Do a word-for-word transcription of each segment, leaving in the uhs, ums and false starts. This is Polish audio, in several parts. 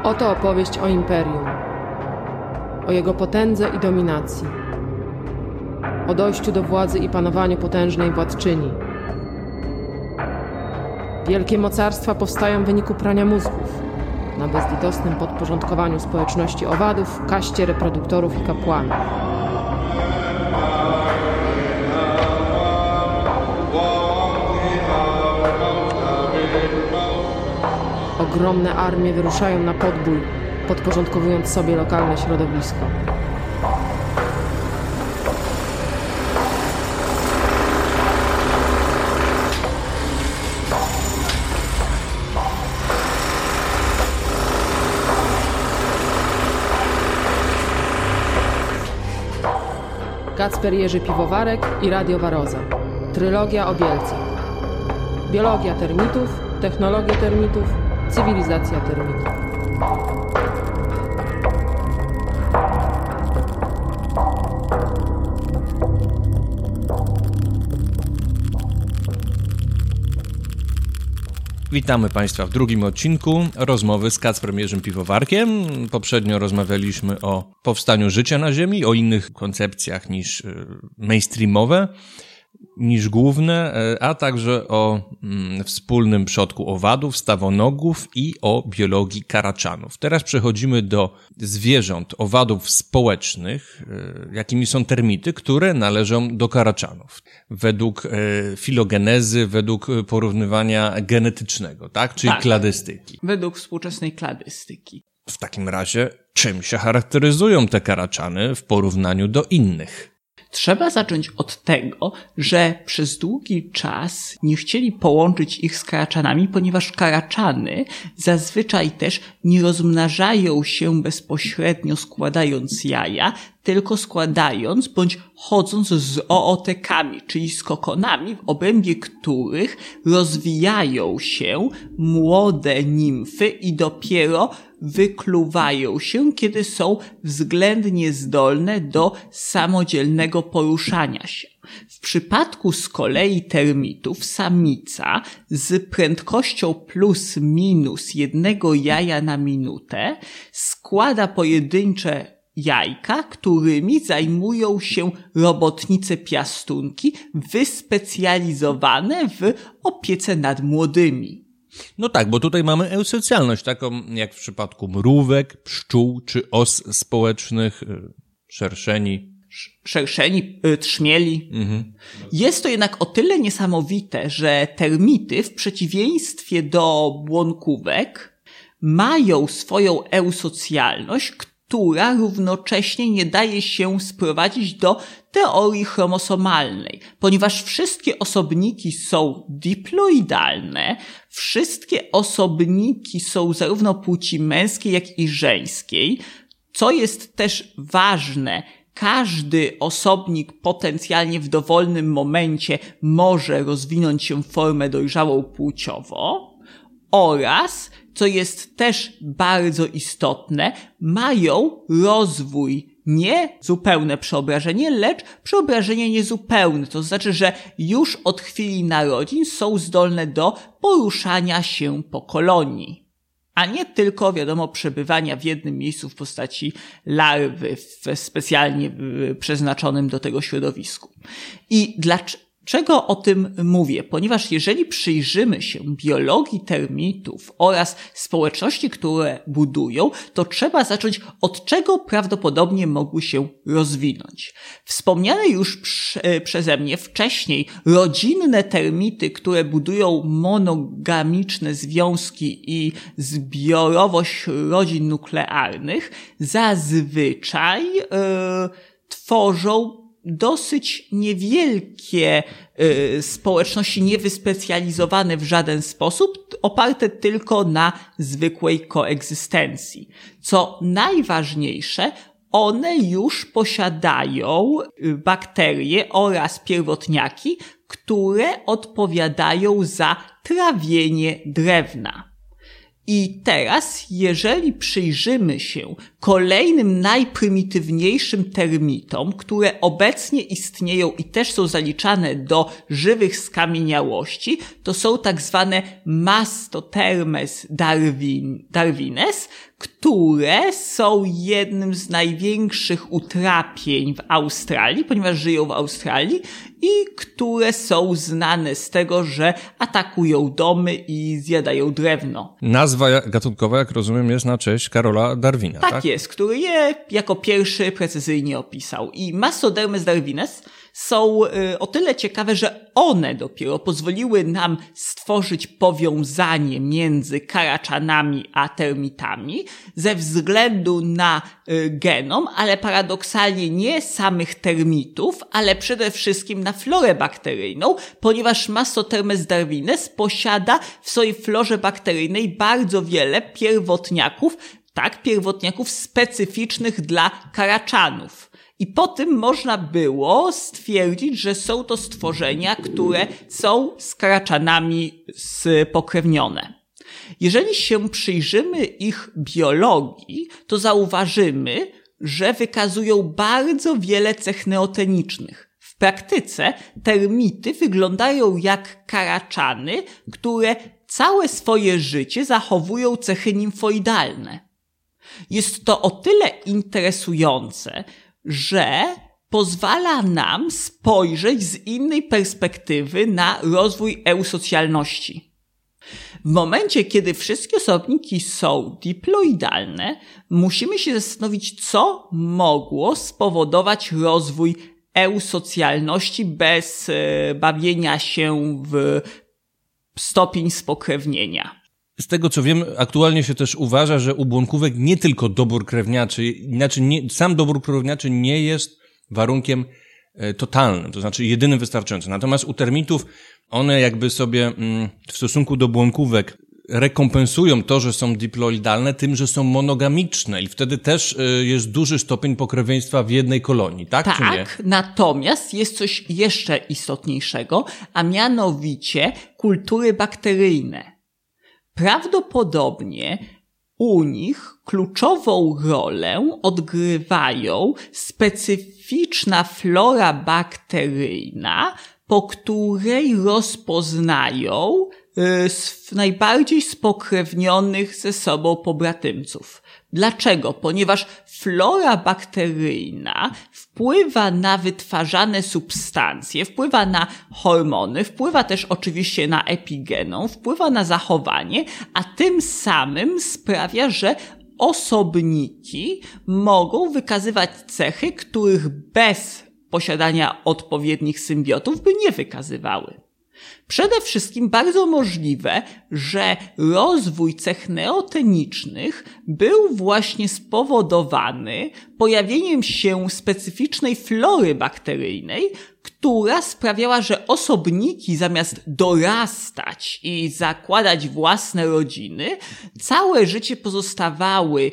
Oto opowieść o imperium, o jego potędze i dominacji, o dojściu do władzy i panowaniu potężnej władczyni. Wielkie mocarstwa powstają w wyniku prania mózgów, na bezlitosnym podporządkowaniu społeczności owadów, kaście reproduktorów i kapłanów. Ogromne armie wyruszają na podbój, podporządkowując sobie lokalne środowisko. Kacper Jerzy Piwowarek i Radio Waroza. Trylogia o Bielcach. Biologia termitów, technologia termitów, cywilizacja termitów. Witamy Państwa w drugim odcinku rozmowy z Kacprem Jerzym Piwowarkiem. Poprzednio rozmawialiśmy o powstaniu życia na Ziemi, o innych koncepcjach niż mainstreamowe, niż główne, a także o mm, wspólnym przodku owadów, stawonogów i o biologii karaczanów. Teraz przechodzimy do zwierząt, owadów społecznych, y, jakimi są termity, które należą do karaczanów. Według y, filogenezy, według porównywania genetycznego, tak? Czyli tak, kladystyki. Według współczesnej kladystyki. W takim razie, czym się charakteryzują te karaczany w porównaniu do innych? Trzeba zacząć od tego, że przez długi czas nie chcieli połączyć ich z karaczanami, ponieważ karaczany zazwyczaj też nie rozmnażają się bezpośrednio składając jaja, tylko składając bądź chodząc z ootekami, czyli z kokonami, w obrębie których rozwijają się młode nimfy i dopiero wykluwają się, kiedy są względnie zdolne do samodzielnego poruszania się. W przypadku z kolei termitów samica z prędkością plus minus jednego jaja na minutę składa pojedyncze jajka, którymi zajmują się robotnice piastunki wyspecjalizowane w opiece nad młodymi. No tak, bo tutaj mamy eusocjalność, taką jak w przypadku mrówek, pszczół czy os społecznych, szerszeni. Szerszeni, trzmieli. Mhm. Jest to jednak o tyle niesamowite, że termity w przeciwieństwie do błonkówek mają swoją eusocjalność, która równocześnie nie daje się sprowadzić do teorii chromosomalnej, ponieważ wszystkie osobniki są diploidalne, wszystkie osobniki są zarówno płci męskiej, jak i żeńskiej, co jest też ważne. Każdy osobnik potencjalnie w dowolnym momencie może rozwinąć się w formę dojrzałą płciowo oraz, co jest też bardzo istotne, mają rozwój nie zupełne przeobrażenie, lecz przeobrażenie niezupełne. To znaczy, że już od chwili narodzin są zdolne do poruszania się po kolonii. A nie tylko, wiadomo, przebywania w jednym miejscu w postaci larwy w specjalnie przeznaczonym do tego środowisku. I dlaczego? Czego o tym mówię? Ponieważ jeżeli przyjrzymy się biologii termitów oraz społeczności, które budują, to trzeba zacząć od czego prawdopodobnie mogły się rozwinąć. Wspomniane już prze, przeze mnie wcześniej rodzinne termity, które budują monogamiczne związki i zbiorowość rodzin nuklearnych, zazwyczaj yy, tworzą dosyć niewielkie y, społeczności niewyspecjalizowane w żaden sposób, oparte tylko na zwykłej koegzystencji. Co najważniejsze, one już posiadają bakterie oraz pierwotniaki, które odpowiadają za trawienie drewna. I teraz, jeżeli przyjrzymy się kolejnym najprymitywniejszym termitom, które obecnie istnieją i też są zaliczane do żywych skamieniałości, to są tak zwane Mastotermes darwin, darwines, które są jednym z największych utrapień w Australii, ponieważ żyją w Australii i które są znane z tego, że atakują domy i zjadają drewno. Nazwa gatunkowa, jak rozumiem, jest na cześć Karola Darwina, tak? Tak jest, który je jako pierwszy precyzyjnie opisał. I Massodermes darwines są y, o tyle ciekawe, że one dopiero pozwoliły nam stworzyć powiązanie między karaczanami a termitami ze względu na y, genom, ale paradoksalnie nie samych termitów, ale przede wszystkim na florę bakteryjną, ponieważ Massodermes darwines posiada w swojej florze bakteryjnej bardzo wiele pierwotniaków, tak, pierwotniaków specyficznych dla karaczanów. I po tym można było stwierdzić, że są to stworzenia, które są z karaczanami spokrewnione. Jeżeli się przyjrzymy ich biologii, to zauważymy, że wykazują bardzo wiele cech neotenicznych. W praktyce termity wyglądają jak karaczany, które całe swoje życie zachowują cechy nimfoidalne. Jest to o tyle interesujące, że pozwala nam spojrzeć z innej perspektywy na rozwój eusocjalności. W momencie, kiedy wszystkie osobniki są diploidalne, musimy się zastanowić, co mogło spowodować rozwój eusocjalności bez e, bawienia się w stopień spokrewnienia. Z tego co wiem, aktualnie się też uważa, że u błonkówek nie tylko dobór krewniaczy, inaczej nie, sam dobór krewniaczy nie jest warunkiem e, totalnym, to znaczy jedynym wystarczającym. Natomiast u termitów one jakby sobie mm, w stosunku do błonkówek rekompensują to, że są diploidalne tym, że są monogamiczne i wtedy też y, jest duży stopień pokrewieństwa w jednej kolonii, tak, tak, czy nie? Tak, natomiast jest coś jeszcze istotniejszego, a mianowicie kultury bakteryjne. Prawdopodobnie u nich kluczową rolę odgrywają specyficzna flora bakteryjna, po której rozpoznają y, najbardziej spokrewnionych ze sobą pobratymców. Dlaczego? Ponieważ flora bakteryjna wpływa na wytwarzane substancje, wpływa na hormony, wpływa też oczywiście na epigenom, wpływa na zachowanie, a tym samym sprawia, że osobniki mogą wykazywać cechy, których bez posiadania odpowiednich symbiotów by nie wykazywały. Przede wszystkim bardzo możliwe, że rozwój cech neotenicznych był właśnie spowodowany pojawieniem się specyficznej flory bakteryjnej, która sprawiała, że osobniki zamiast dorastać i zakładać własne rodziny, całe życie pozostawały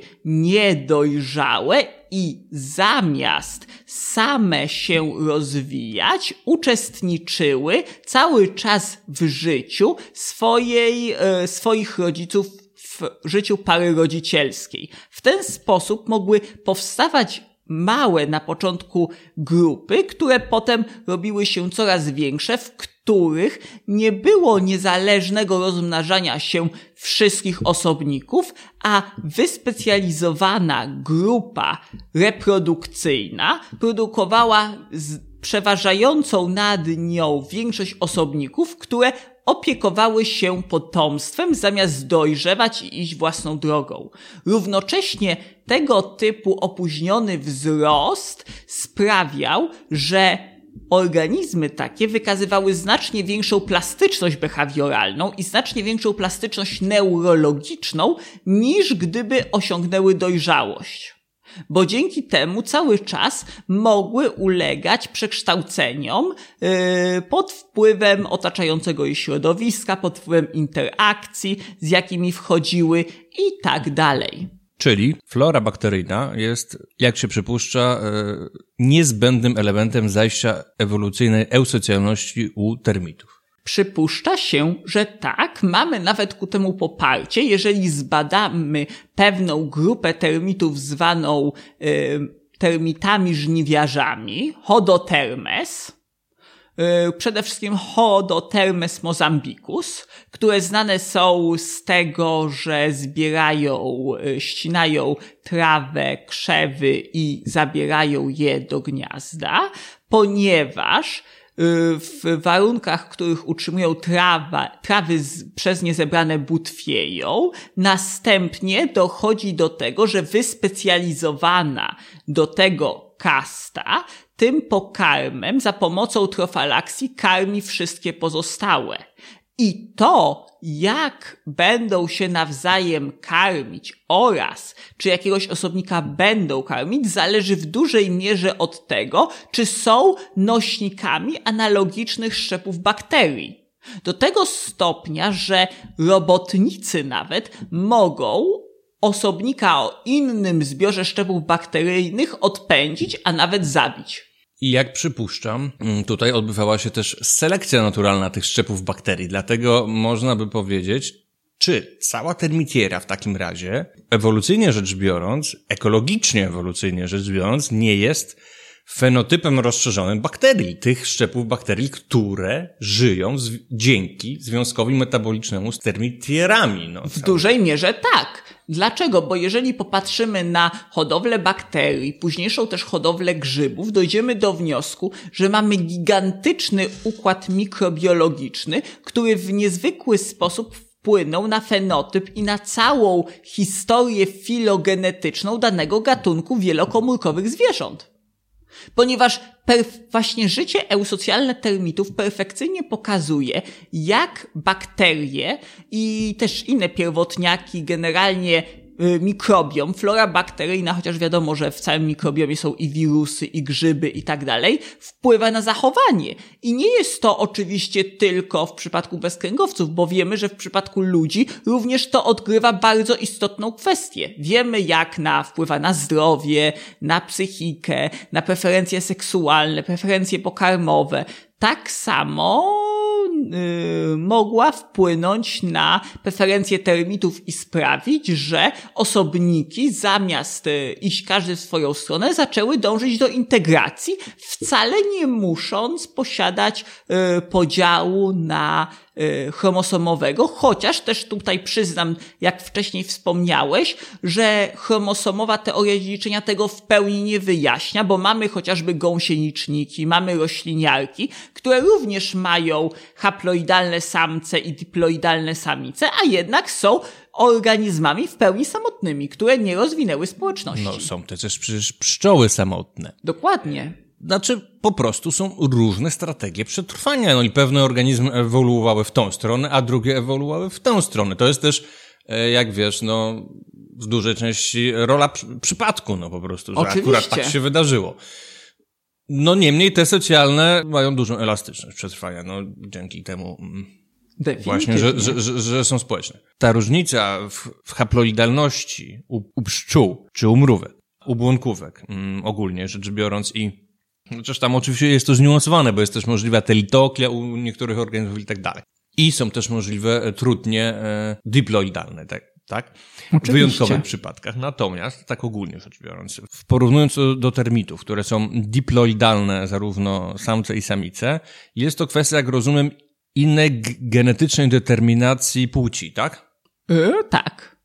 niedojrzałe i zamiast same się rozwijać, uczestniczyły cały czas w życiu swojej, e, swoich rodziców w życiu pary rodzicielskiej. W ten sposób mogły powstawać małe na początku grupy, które potem robiły się coraz większe, w których nie było niezależnego rozmnażania się wszystkich osobników, a wyspecjalizowana grupa reprodukcyjna produkowała z przeważającą nad nią większość osobników, które opiekowały się potomstwem zamiast dojrzewać i iść własną drogą. Równocześnie tego typu opóźniony wzrost sprawiał, że organizmy takie wykazywały znacznie większą plastyczność behawioralną i znacznie większą plastyczność neurologiczną niż gdyby osiągnęły dojrzałość. Bo dzięki temu cały czas mogły ulegać przekształceniom yy, pod wpływem otaczającego je środowiska, pod wpływem interakcji, z jakimi wchodziły i tak dalej. Czyli flora bakteryjna jest, jak się przypuszcza, yy, niezbędnym elementem zajścia ewolucyjnej eusocjalności u termitów. Przypuszcza się, że tak, mamy nawet ku temu poparcie, jeżeli zbadamy pewną grupę termitów zwaną y, termitami żniwiarzami, Hodotermes, przede wszystkim Hodotermes mozambicus, które znane są z tego, że zbierają, ścinają trawę, krzewy i zabierają je do gniazda, ponieważ w warunkach, w których utrzymują trawa, trawy z, przez nie zebrane butwieją, następnie dochodzi do tego, że wyspecjalizowana do tego kasta tym pokarmem za pomocą trofalaksji karmi wszystkie pozostałe. I to, jak będą się nawzajem karmić oraz czy jakiegoś osobnika będą karmić, zależy w dużej mierze od tego, czy są nośnikami analogicznych szczepów bakterii. Do tego stopnia, że robotnicy nawet mogą osobnika o innym zbiorze szczepów bakteryjnych odpędzić, a nawet zabić. I jak przypuszczam, tutaj odbywała się też selekcja naturalna tych szczepów bakterii, dlatego można by powiedzieć, czy cała termitiera w takim razie, ewolucyjnie rzecz biorąc, ekologicznie ewolucyjnie rzecz biorąc, nie jest fenotypem rozszerzonym bakterii, tych szczepów bakterii, które żyją z, dzięki związkowi metabolicznemu z termitierami. No, w dużej mierze tak. Dlaczego? Bo jeżeli popatrzymy na hodowlę bakterii, późniejszą też hodowlę grzybów, dojdziemy do wniosku, że mamy gigantyczny układ mikrobiologiczny, który w niezwykły sposób wpłynął na fenotyp i na całą historię filogenetyczną danego gatunku wielokomórkowych zwierząt. Ponieważ perf- właśnie życie eusocjalne termitów perfekcyjnie pokazuje, jak bakterie i też inne pierwotniaki, generalnie y, mikrobiom, flora bakteryjna, chociaż wiadomo, że w całym mikrobiomie są i wirusy, i grzyby i tak dalej, wpływa na zachowanie. I nie jest to oczywiście tylko w przypadku bezkręgowców, bo wiemy, że w przypadku ludzi również to odgrywa bardzo istotną kwestię. Wiemy, jak na wpływa na zdrowie, na psychikę, na preferencje seksualne, preferencje pokarmowe. Tak samo Yy, mogła wpłynąć na preferencje termitów i sprawić, że osobniki zamiast yy, iść każdy w swoją stronę zaczęły dążyć do integracji, wcale nie musząc posiadać yy, podziału na yy, chromosomowego, chociaż też tutaj przyznam, jak wcześniej wspomniałeś, że chromosomowa teoria dziedziczenia tego w pełni nie wyjaśnia, bo mamy chociażby gąsieniczniki, mamy rośliniarki, które również mają haploidalne samce i diploidalne samice, a jednak są organizmami w pełni samotnymi, które nie rozwinęły społeczności. No są te też przecież pszczoły samotne. Dokładnie. Znaczy, po prostu są różne strategie przetrwania, no i pewne organizmy ewoluowały w tą stronę, a drugie ewoluowały w tę stronę. To jest też, jak wiesz, no, w dużej części rola przy- przypadku, no po prostu, że Oczywiście. Akurat tak się wydarzyło. No niemniej te socjalne mają dużą elastyczność przetrwania, no dzięki temu właśnie, że, że, że, że są społeczne. Ta różnica w, w haploidalności u, u pszczół czy u mrówek, u błonkówek mm, ogólnie rzecz biorąc i chociaż tam oczywiście jest to zniuansowane, bo jest też możliwa telitoklia u niektórych organizmów i tak dalej. I są też możliwe trudnie e, diploidalne, tak? tak? W wyjątkowych przypadkach. Natomiast, tak ogólnie rzecz biorąc, w porównując do termitów, które są diploidalne, zarówno samce i samice, jest to kwestia, jak rozumiem, innej g- genetycznej determinacji płci, tak? Yy, tak.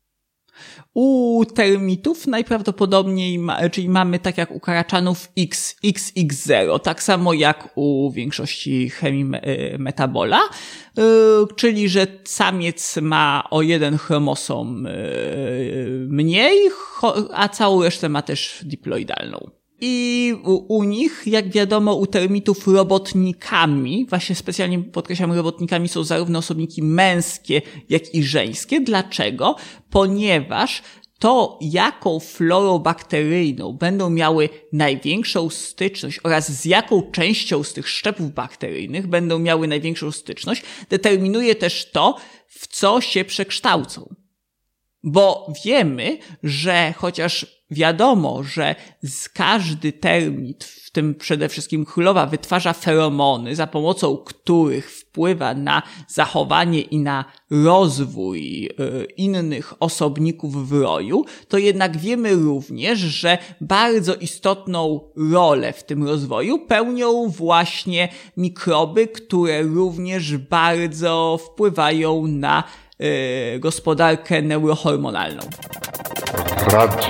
U termitów najprawdopodobniej, ma, czyli mamy tak jak u karaczanów X, X X zero, tak samo jak u większości chemii me, metabola, yy, czyli że samiec ma o jeden chromosom yy, mniej, cho, a całą resztę ma też diploidalną. I u, u nich, jak wiadomo, u termitów robotnikami, właśnie specjalnie podkreślam, robotnikami są zarówno osobniki męskie, jak i żeńskie. Dlaczego? Ponieważ to, jaką florą bakteryjną będą miały największą styczność oraz z jaką częścią z tych szczepów bakteryjnych będą miały największą styczność, determinuje też to, w co się przekształcą. Bo wiemy, że chociaż wiadomo, że z każdy termit, w tym przede wszystkim królowa, wytwarza feromony, za pomocą których wpływa na zachowanie i na rozwój y, innych osobników w roju, to jednak wiemy również, że bardzo istotną rolę w tym rozwoju pełnią właśnie mikroby, które również bardzo wpływają na y, gospodarkę neurohormonalną. Radio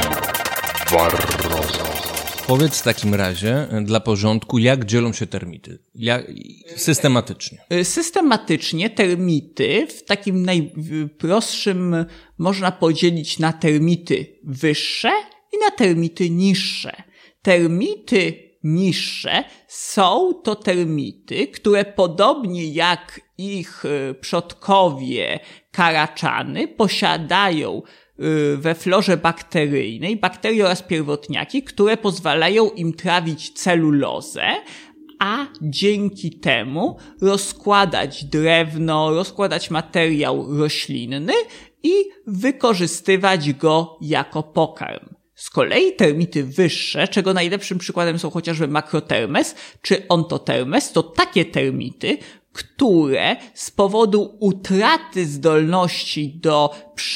Barroso. Powiedz w takim razie, dla porządku, jak dzielą się termity? Jak, systematycznie. Systematycznie termity w takim najprostszym można podzielić na termity wyższe i na termity niższe. Termity niższe są to termity, które podobnie jak ich przodkowie karaczany posiadają we florze bakteryjnej bakterie oraz pierwotniaki, które pozwalają im trawić celulozę, a dzięki temu rozkładać drewno, rozkładać materiał roślinny i wykorzystywać go jako pokarm. Z kolei termity wyższe, czego najlepszym przykładem są chociażby makrotermes czy ontotermes, to takie termity, które z powodu utraty zdolności do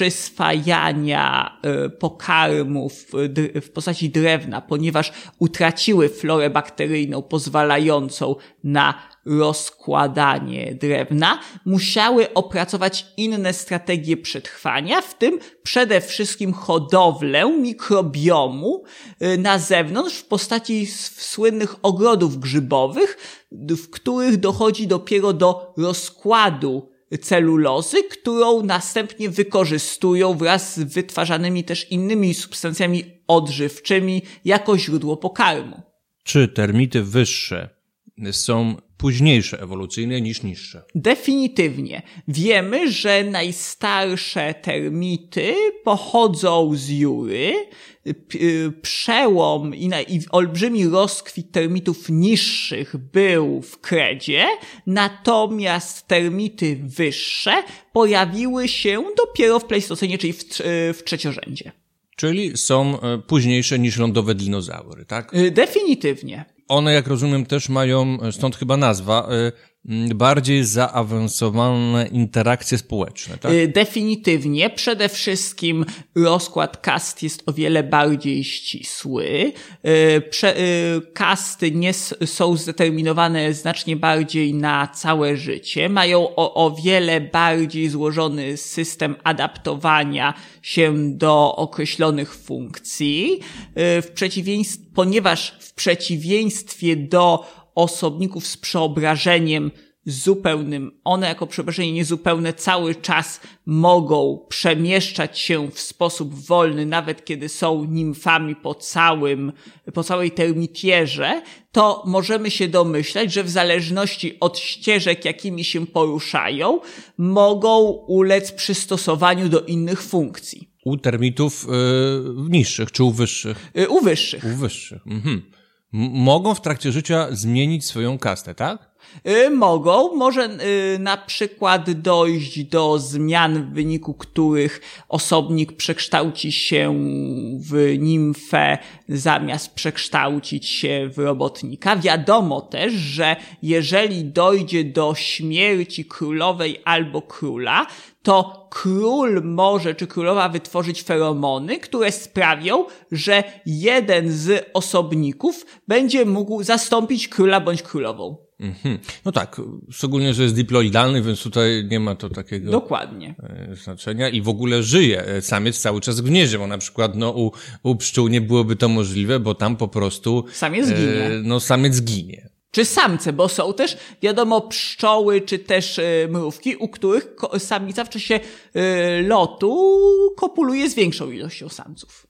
przyswajania y, pokarmów y, w postaci drewna, ponieważ utraciły florę bakteryjną pozwalającą na rozkładanie drewna, musiały opracować inne strategie przetrwania, w tym przede wszystkim hodowlę mikrobiomu y, na zewnątrz w postaci słynnych ogrodów grzybowych, w których dochodzi dopiero do rozkładu celulozy, którą następnie wykorzystują wraz z wytwarzanymi też innymi substancjami odżywczymi jako źródło pokarmu. Czy termity wyższe są późniejsze ewolucyjnie niż niższe? Definitywnie. Wiemy, że najstarsze termity pochodzą z Jury. Przełom i, na, i olbrzymi rozkwit termitów niższych był w Kredzie, natomiast termity wyższe pojawiły się dopiero w Pleistocenie, czyli w, w trzeciorzędzie. Czyli są późniejsze niż lądowe dinozaury, tak? Definitywnie. One, jak rozumiem, też mają, stąd chyba nazwa, bardziej zaawansowane interakcje społeczne, tak? Definitywnie. Przede wszystkim rozkład kast jest o wiele bardziej ścisły. Prze- kasty nie s- są zdeterminowane znacznie bardziej na całe życie. Mają o, o wiele bardziej złożony system adaptowania się do określonych funkcji. W przeciwieństwie, ponieważ w przeciwieństwie do osobników z przeobrażeniem zupełnym, one jako przeobrażenie niezupełne cały czas mogą przemieszczać się w sposób wolny, nawet kiedy są nimfami po całym, po całej termitierze, to możemy się domyślać, że w zależności od ścieżek, jakimi się poruszają, mogą ulec przystosowaniu do innych funkcji. U termitów yy, niższych czy u wyższych? Yy, u wyższych. U wyższych, mhm. M- mogą w trakcie życia zmienić swoją kastę, tak? Yy, mogą. Może yy, na przykład dojść do zmian, w wyniku których osobnik przekształci się w nimfę zamiast przekształcić się w robotnika. Wiadomo też, że jeżeli dojdzie do śmierci królowej albo króla, to król może czy królowa wytworzyć feromony, które sprawią, że jeden z osobników będzie mógł zastąpić króla bądź królową. Mhm. No tak, szczególnie, że jest diploidalny, więc tutaj nie ma to takiego Dokładnie. znaczenia i w ogóle żyje samiec cały czas w gnieździe, bo na przykład no, u, u pszczół nie byłoby to możliwe, bo tam po prostu Samiec ginie. E, no samiec ginie. Czy samce, bo są też, wiadomo, pszczoły, czy też y, mrówki, u których ko- samica w czasie y, lotu kopuluje z większą ilością samców.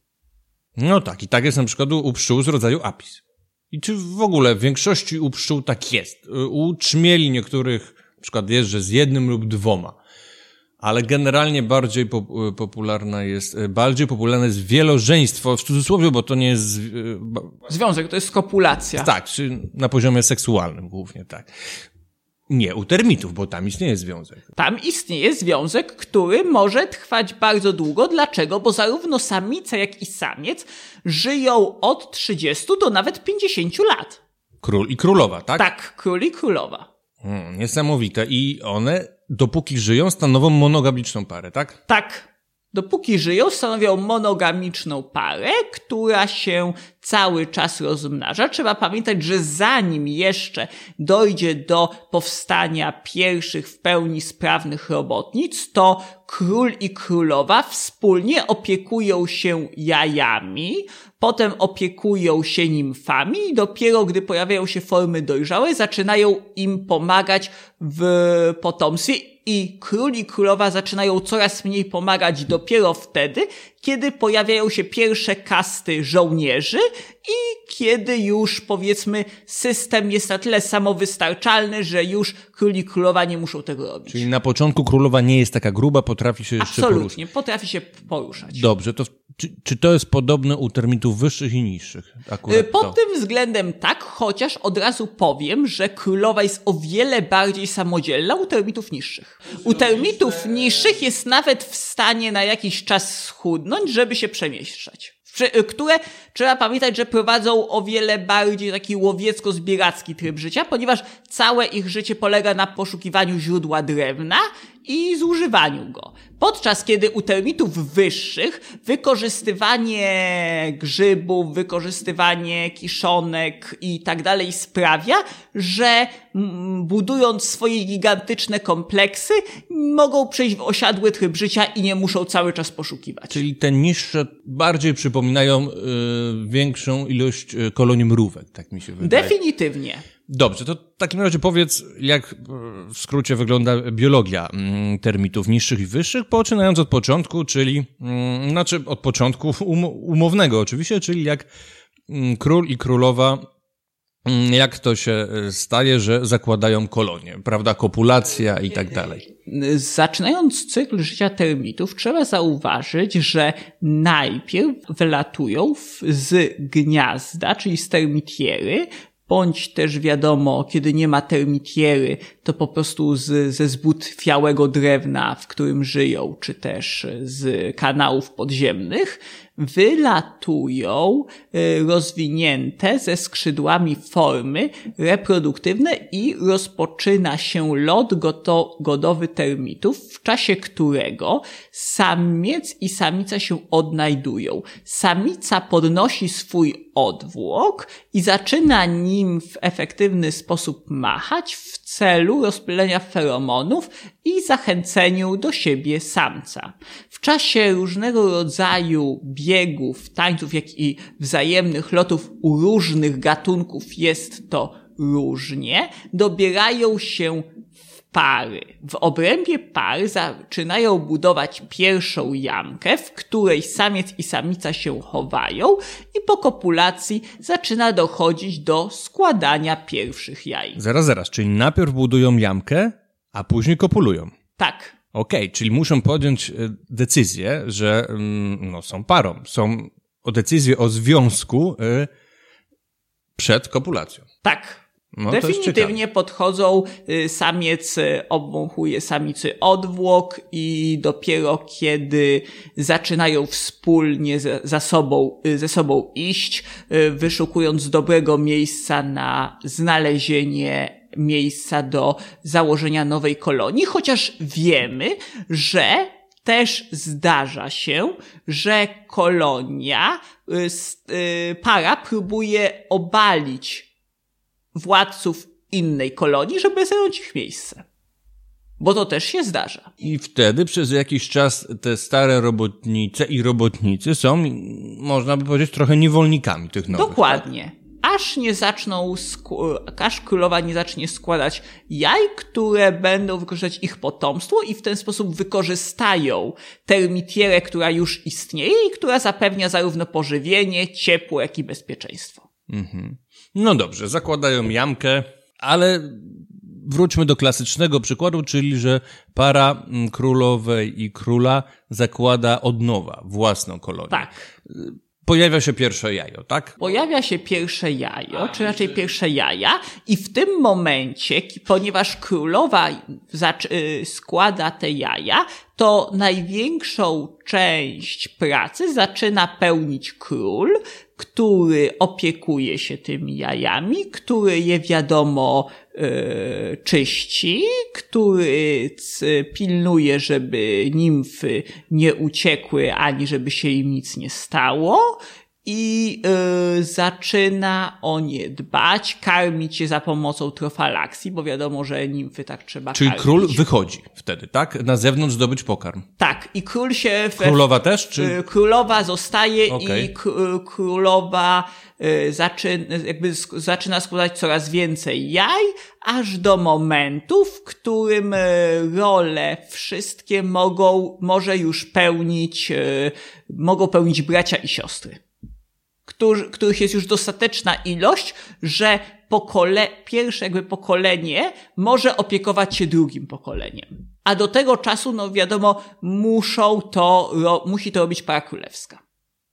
No tak, i tak jest na przykład u, u pszczół z rodzaju Apis. I czy w ogóle w większości u pszczół tak jest? U trzmieli niektórych na przykład jest, że z jednym lub dwoma. Ale generalnie bardziej po, popularna jest, bardziej popularne jest wielożeństwo, w cudzysłowie, bo to nie jest... Związek to jest kopulacja. Tak, czy na poziomie seksualnym głównie, tak. Nie, u termitów, bo tam istnieje związek. Tam istnieje związek, który może trwać bardzo długo. Dlaczego? Bo zarówno samica, jak i samiec żyją od trzydziestu do nawet pięćdziesięciu lat. Król i królowa, tak? Tak, król i królowa. Hmm, niesamowite. I one, dopóki żyją, stanowią monogamiczną parę, tak? Tak. Dopóki żyją, stanowią monogamiczną parę, która się cały czas rozmnaża. Trzeba pamiętać, że zanim jeszcze dojdzie do powstania pierwszych w pełni sprawnych robotnic, to król i królowa wspólnie opiekują się jajami, potem opiekują się nimfami i dopiero gdy pojawiają się formy dojrzałe, zaczynają im pomagać w potomstwie. I król i królowa zaczynają coraz mniej pomagać dopiero wtedy, kiedy pojawiają się pierwsze kasty żołnierzy i kiedy już, powiedzmy, system jest na tyle samowystarczalny, że już król i królowa nie muszą tego robić. Czyli na początku królowa nie jest taka gruba, potrafi się jeszcze Absolutnie, poruszać. Absolutnie, potrafi się poruszać. Dobrze, to czy, czy to jest podobne u termitów wyższych i niższych? Akurat Pod to. tym względem tak, chociaż od razu powiem, że królowa jest o wiele bardziej samodzielna u termitów niższych. U termitów niższych jest nawet w stanie na jakiś czas schudnąć, żeby się przemieszczać. Które, trzeba pamiętać, że prowadzą o wiele bardziej taki łowiecko-zbieracki tryb życia, ponieważ całe ich życie polega na poszukiwaniu źródła drewna i zużywaniu go. Podczas kiedy u termitów wyższych wykorzystywanie grzybów, wykorzystywanie kiszonek i tak dalej sprawia, że budując swoje gigantyczne kompleksy mogą przejść w osiadły tryb życia i nie muszą cały czas poszukiwać. Czyli te niższe bardziej przypominają y, większą ilość kolonii mrówek, tak mi się wydaje. Definitywnie. Dobrze, to w takim razie powiedz, jak w skrócie wygląda biologia termitów niższych i wyższych, poczynając od początku, czyli, znaczy od początku um, umownego oczywiście, czyli jak król i królowa, jak to się staje, że zakładają kolonie, prawda, kopulacja i tak dalej. Zaczynając cykl życia termitów, trzeba zauważyć, że najpierw wylatują z gniazda, czyli z termitiery, bądź też wiadomo, kiedy nie ma termitiery, to po prostu z, ze zbutwiałego drewna, w którym żyją, czy też z kanałów podziemnych, wylatują rozwinięte ze skrzydłami formy reproduktywne i rozpoczyna się lot godowy termitów, w czasie którego samiec i samica się odnajdują. Samica podnosi swój odwłok i zaczyna nim w efektywny sposób machać w celu rozpylenia feromonów i zachęceniu do siebie samca. W czasie różnego rodzaju biegów, tańców, jak i wzajemnych lotów u różnych gatunków jest to różnie, dobierają się w pary. W obrębie pary zaczynają budować pierwszą jamkę, w której samiec i samica się chowają i po kopulacji zaczyna dochodzić do składania pierwszych jaj. Zaraz, zaraz, czyli najpierw budują jamkę, a później kopulują. Tak. Okej, okay, czyli muszą podjąć decyzję, że no, są parą, są o decyzję o związku y, przed kopulacją. Tak. No, Definitywnie podchodzą, samiec obwąchuje samicy odwłok i dopiero kiedy zaczynają wspólnie ze, za sobą, ze sobą iść, wyszukując dobrego miejsca na znalezienie miejsca do założenia nowej kolonii, chociaż wiemy, że też zdarza się, że kolonia, para próbuje obalić władców innej kolonii, żeby zająć ich miejsce. Bo to też się zdarza. I wtedy przez jakiś czas te stare robotnice i robotnicy są, można by powiedzieć, trochę niewolnikami tych nowych. Dokładnie. Tak? Aż nie zaczną, aż królowa nie zacznie składać jaj, które będą wykorzystać ich potomstwo i w ten sposób wykorzystają termitierę, która już istnieje i która zapewnia zarówno pożywienie, ciepło, jak i bezpieczeństwo. Mhm. No dobrze, zakładają jamkę, ale wróćmy do klasycznego przykładu, czyli że para królowej i króla zakłada od nowa własną kolonię. Tak. pojawia się pierwsze jajo, tak? Pojawia się pierwsze jajo, czy raczej pierwsze jaja i w tym momencie, ponieważ królowa składa te jaja, to największą część pracy zaczyna pełnić król, który opiekuje się tymi jajami, który je wiadomo yy, czyści, który c, pilnuje, żeby nimfy nie uciekły, ani żeby się im nic nie stało i yy, zaczyna o nie dbać, karmić je za pomocą trofalaksji, bo wiadomo, że nimfy tak trzeba Czyli karmić. król wychodzi wtedy, tak? Na zewnątrz zdobyć pokarm. Tak, i król się... We, Królowa też, czy? Królowa zostaje okay. i k- królowa y, zaczyna, jakby sk- zaczyna składać coraz więcej jaj, aż do momentu, w którym y, role wszystkie mogą, może już pełnić, y, mogą pełnić bracia i siostry. Którzy, których jest już dostateczna ilość, że pokole, pierwsze jakby pokolenie może opiekować się drugim pokoleniem. A do tego czasu, no wiadomo, muszą to, ro, musi to robić para królewska.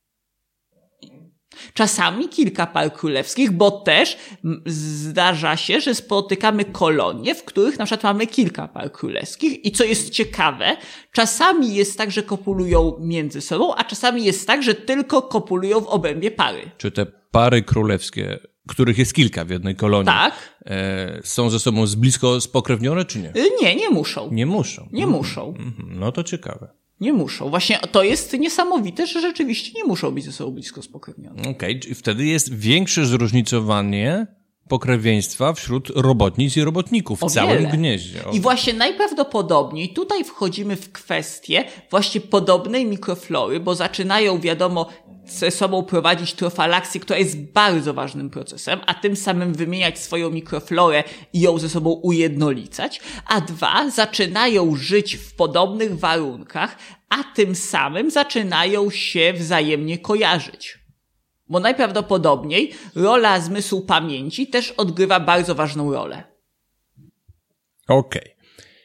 Czasami kilka par królewskich, bo też zdarza się, że spotykamy kolonie, w których na przykład mamy kilka par królewskich i co jest ciekawe, czasami jest tak, że kopulują między sobą, a czasami jest tak, że tylko kopulują w obrębie pary. Czy te pary królewskie, których jest kilka w jednej kolonii, tak. e, są ze sobą z blisko spokrewnione, czy nie? Nie, nie muszą. Nie muszą. Nie mm. muszą. No to ciekawe. Nie muszą. Właśnie to jest niesamowite, że rzeczywiście nie muszą być ze sobą blisko spokrewnione. Okej, okay, czyli wtedy jest większe zróżnicowanie pokrewieństwa wśród robotnic i robotników w o całym wiele. gnieździe. O. I właśnie najprawdopodobniej tutaj wchodzimy w kwestię właśnie podobnej mikroflory, bo zaczynają, wiadomo, ze sobą prowadzić trofalaksję, która jest bardzo ważnym procesem, a tym samym wymieniać swoją mikroflorę i ją ze sobą ujednolicać, a dwa, zaczynają żyć w podobnych warunkach, a tym samym zaczynają się wzajemnie kojarzyć. Bo najprawdopodobniej rola zmysłu pamięci też odgrywa bardzo ważną rolę. Okej. Okay.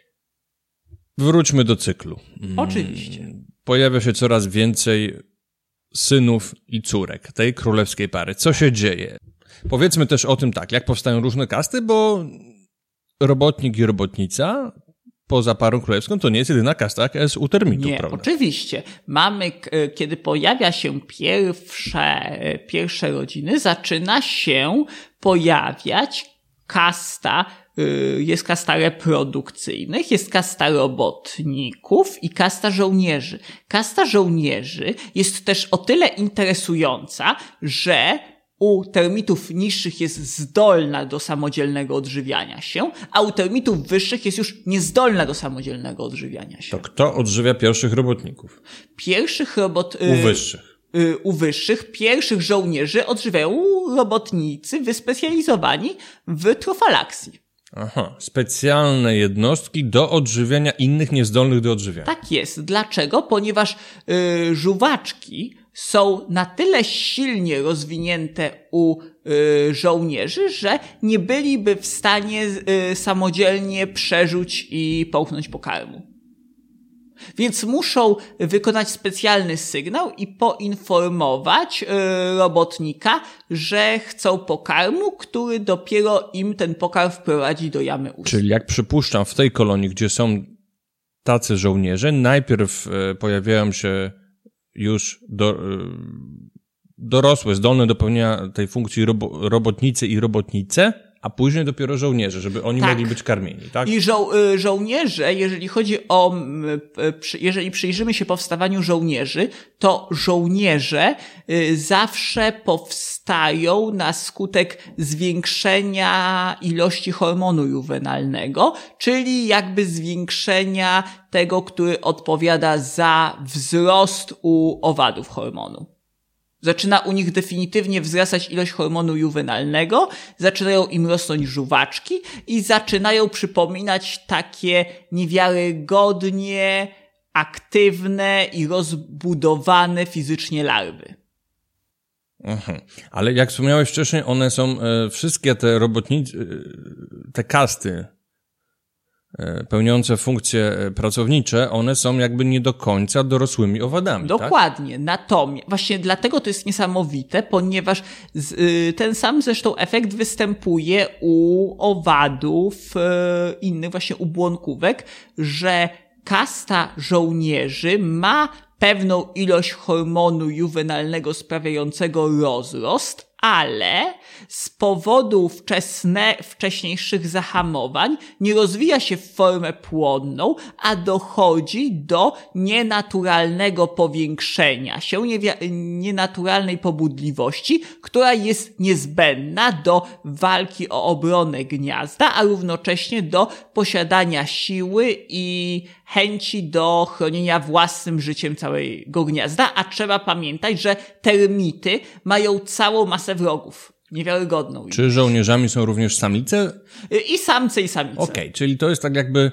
Wróćmy do cyklu. Oczywiście. Pojawia się coraz więcej synów i córek tej królewskiej pary. Co się dzieje? Powiedzmy też o tym tak, jak powstają różne kasty, bo robotnik i robotnica poza parą królewską to nie jest jedyna kasta, jaka jest u termitów, nie, prawda? Oczywiście. Mamy, kiedy pojawia się pierwsze, pierwsze rodziny, zaczyna się pojawiać kasta, jest kasta reprodukcyjnych, jest kasta robotników i kasta żołnierzy. Kasta żołnierzy jest też o tyle interesująca, że u termitów niższych jest zdolna do samodzielnego odżywiania się, a u termitów wyższych jest już niezdolna do samodzielnego odżywiania się. To kto odżywia pierwszych robotników? Pierwszych robot... U wyższych. Y, u wyższych, pierwszych żołnierzy odżywiają robotnicy wyspecjalizowani w trofalaksji. Aha, specjalne jednostki do odżywiania innych niezdolnych do odżywiania. Tak jest. Dlaczego? Ponieważ y, żuwaczki są na tyle silnie rozwinięte u y, żołnierzy, że nie byliby w stanie y, samodzielnie przerzuć i połknąć pokarmu. Więc muszą wykonać specjalny sygnał i poinformować y, robotnika, że chcą pokarmu, który dopiero im ten pokarm wprowadzi do jamy ust. Czyli jak przypuszczam, w tej kolonii, gdzie są tacy żołnierze, najpierw y, pojawiają się już do, y, dorosłe, zdolne do pełnienia tej funkcji robo, robotnicy i robotnice, a później dopiero żołnierze, żeby oni tak. mogli być karmieni, tak? I żo- y, żołnierze, jeżeli chodzi o, y, jeżeli przyjrzymy się powstawaniu żołnierzy, to żołnierze y, zawsze powstają na skutek zwiększenia ilości hormonu juwenalnego, czyli jakby zwiększenia tego, który odpowiada za wzrost u owadów hormonu. Zaczyna u nich definitywnie wzrastać ilość hormonu juwenalnego, zaczynają im rosnąć żuwaczki i zaczynają przypominać takie niewiarygodnie aktywne i rozbudowane fizycznie larwy. Aha. Ale jak wspomniałeś wcześniej, one są, e, wszystkie te robotnicy, e, te kasty pełniące funkcje pracownicze, one są jakby nie do końca dorosłymi owadami. Dokładnie. Tak? Natomiast właśnie dlatego to jest niesamowite, ponieważ z, y, ten sam zresztą efekt występuje u owadów, y, innych właśnie u błonkówek, że kasta żołnierzy ma pewną ilość hormonu juwenalnego sprawiającego rozrost, ale z powodu wczesne, wcześniejszych zahamowań nie rozwija się w formę płonną, a dochodzi do nienaturalnego powiększenia się, niewia- nienaturalnej pobudliwości, która jest niezbędna do walki o obronę gniazda, a równocześnie do posiadania siły i chęci do chronienia własnym życiem całego gniazda, a trzeba pamiętać, że termity mają całą masę wrogów. Niewiarygodną. Czy żołnierzami są również samice? I samce, i samice. Okej, okay, czyli to jest tak jakby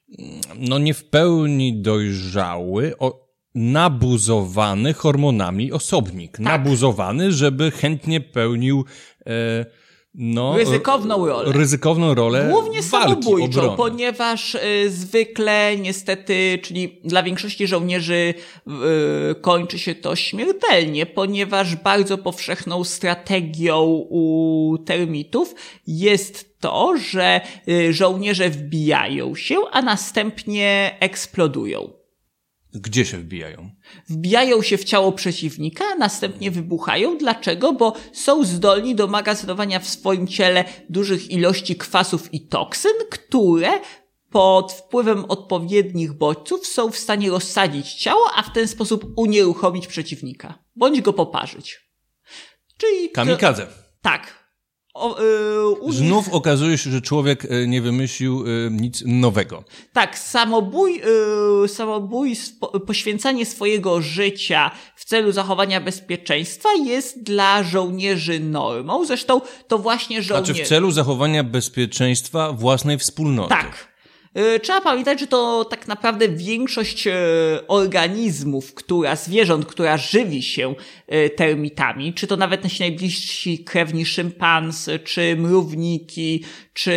no nie w pełni dojrzały, o, nabuzowany hormonami osobnik. Tak. Nabuzowany, żeby chętnie pełnił e, no, ryzykowną rolę. Ryzykowną rolę Głównie samobójczą, obrony. ponieważ y, zwykle niestety, czyli dla większości żołnierzy y, kończy się to śmiertelnie, ponieważ bardzo powszechną strategią u termitów jest to, że y, żołnierze wbijają się, a następnie eksplodują. Gdzie się wbijają? Wbijają się w ciało przeciwnika, a następnie wybuchają. Dlaczego? Bo są zdolni do magazynowania w swoim ciele dużych ilości kwasów i toksyn, które pod wpływem odpowiednich bodźców są w stanie rozsadzić ciało, a w ten sposób unieruchomić przeciwnika. Bądź go poparzyć. Czyli... Kamikadze. To, tak. O, yy, u Znów nich... okazuje się, że człowiek nie wymyślił yy, nic nowego. Tak, samobój, yy, samobójstwo, poświęcanie swojego życia w celu zachowania bezpieczeństwa jest dla żołnierzy normą. Zresztą to właśnie żołnierze... Znaczy w celu zachowania bezpieczeństwa własnej wspólnoty. Tak. Trzeba pamiętać, że to tak naprawdę większość organizmów, która, zwierząt, która żywi się termitami, czy to nawet nasi najbliżsi krewni szympanse, czy mrówniki, czy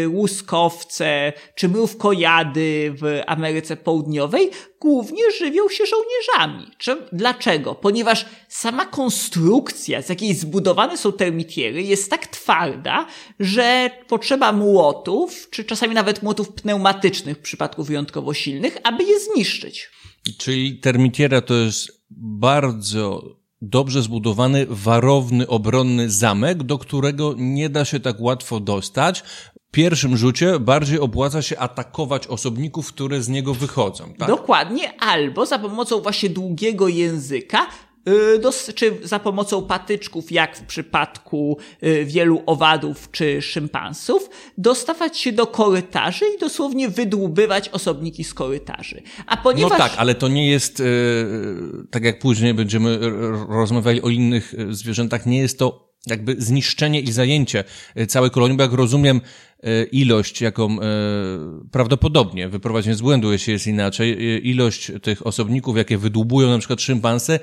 łuskowce, czy mrówkojady w Ameryce Południowej, głównie żywią się żołnierzami. Dlaczego? Ponieważ sama konstrukcja, z jakiej zbudowane są termitiery, jest tak twarda, że potrzeba młotów, czy czasami nawet młotów pneumatycznych w przypadku wyjątkowo silnych, aby je zniszczyć. Czyli termitiera to jest bardzo dobrze zbudowany, warowny, obronny zamek, do którego nie da się tak łatwo dostać. W pierwszym rzucie bardziej opłaca się atakować osobników, które z niego wychodzą. Tak? Dokładnie, albo za pomocą właśnie długiego języka, czy za pomocą patyczków, jak w przypadku wielu owadów czy szympansów, dostawać się do korytarzy i dosłownie wydłubywać osobniki z korytarzy. A ponieważ... No tak, ale to nie jest, tak jak później będziemy rozmawiali o innych zwierzętach, nie jest to jakby zniszczenie i zajęcie całej kolonii, bo jak rozumiem ilość, jaką prawdopodobnie, wyprowadzenie z błędu, jeśli jest inaczej, ilość tych osobników, jakie wydłubują na przykład szympanse,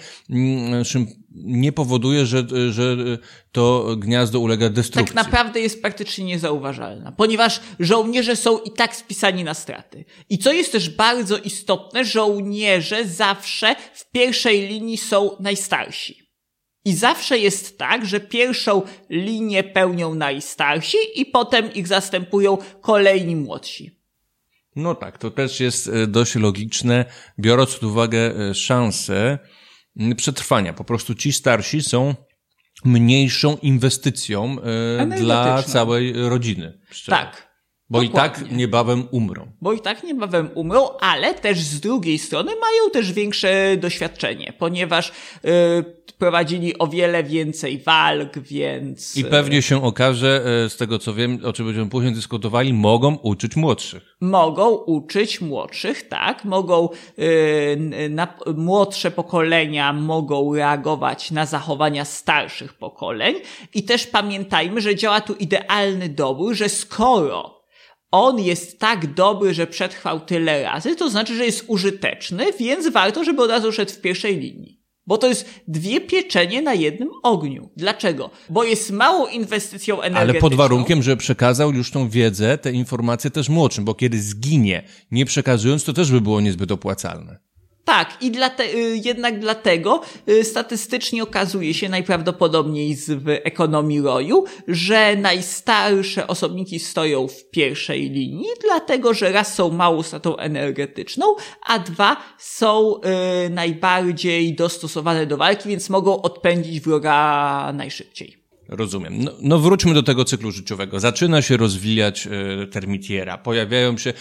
nie powoduje, że, że to gniazdo ulega destrukcji. Tak naprawdę jest praktycznie niezauważalna, ponieważ żołnierze są i tak spisani na straty. I co jest też bardzo istotne, żołnierze zawsze w pierwszej linii są najstarsi. I zawsze jest tak, że pierwszą linię pełnią najstarsi i potem ich zastępują kolejni młodsi. No tak, to też jest dość logiczne, biorąc pod uwagę szansę przetrwania. Po prostu ci starsi są mniejszą inwestycją dla całej rodziny. Szczerze. Tak. Bo Dokładnie. i tak niebawem umrą. Bo i tak niebawem umrą, ale też z drugiej strony mają też większe doświadczenie, ponieważ yy, prowadzili o wiele więcej walk, więc... I pewnie się okaże, z tego co wiem, o czym będziemy później dyskutowali, mogą uczyć młodszych. Mogą uczyć młodszych, tak. Mogą, yy, na, młodsze pokolenia mogą reagować na zachowania starszych pokoleń. I też pamiętajmy, że działa tu idealny dobór, że skoro on jest tak dobry, że przetrwał tyle razy, to znaczy, że jest użyteczny, więc warto, żeby od razu szedł w pierwszej linii. Bo to jest dwie pieczenie na jednym ogniu. Dlaczego? Bo jest małą inwestycją energetyczną. Ale pod warunkiem, że przekazał już tą wiedzę, te informacje też młodszym, bo kiedy zginie, nie przekazując, to też by było niezbyt opłacalne. Tak, i dlate, jednak dlatego statystycznie okazuje się najprawdopodobniej z, w ekonomii roju, że najstarsze osobniki stoją w pierwszej linii, dlatego że raz są małą stratą energetyczną, a dwa są y, najbardziej dostosowane do walki, więc mogą odpędzić wroga najszybciej. Rozumiem. No, no wróćmy do tego cyklu życiowego. Zaczyna się rozwijać y, termitiera. Pojawiają się...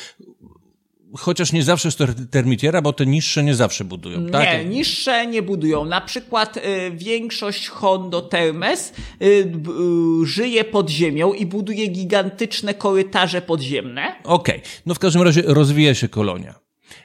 Chociaż nie zawsze jest to termitiera, bo te niższe nie zawsze budują, tak? Nie, niższe nie budują. Na przykład y, większość Hondotermes y, y, żyje pod ziemią i buduje gigantyczne korytarze podziemne. Okej. Okay. No w każdym razie rozwija się kolonia.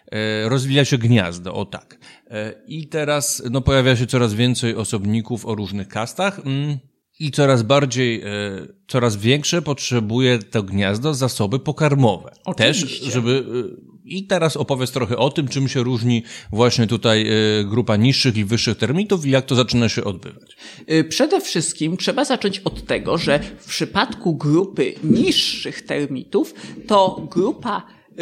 E, rozwija się gniazdo, o tak. E, I teraz no pojawia się coraz więcej osobników o różnych kastach. Mm. I coraz bardziej, e, coraz większe potrzebuje to gniazdo zasoby pokarmowe. Oczywiście. Też, żeby... E, I teraz opowiedz trochę o tym, czym się różni właśnie tutaj e, grupa niższych i wyższych termitów i jak to zaczyna się odbywać. Przede wszystkim trzeba zacząć od tego, że w przypadku grupy niższych termitów to grupa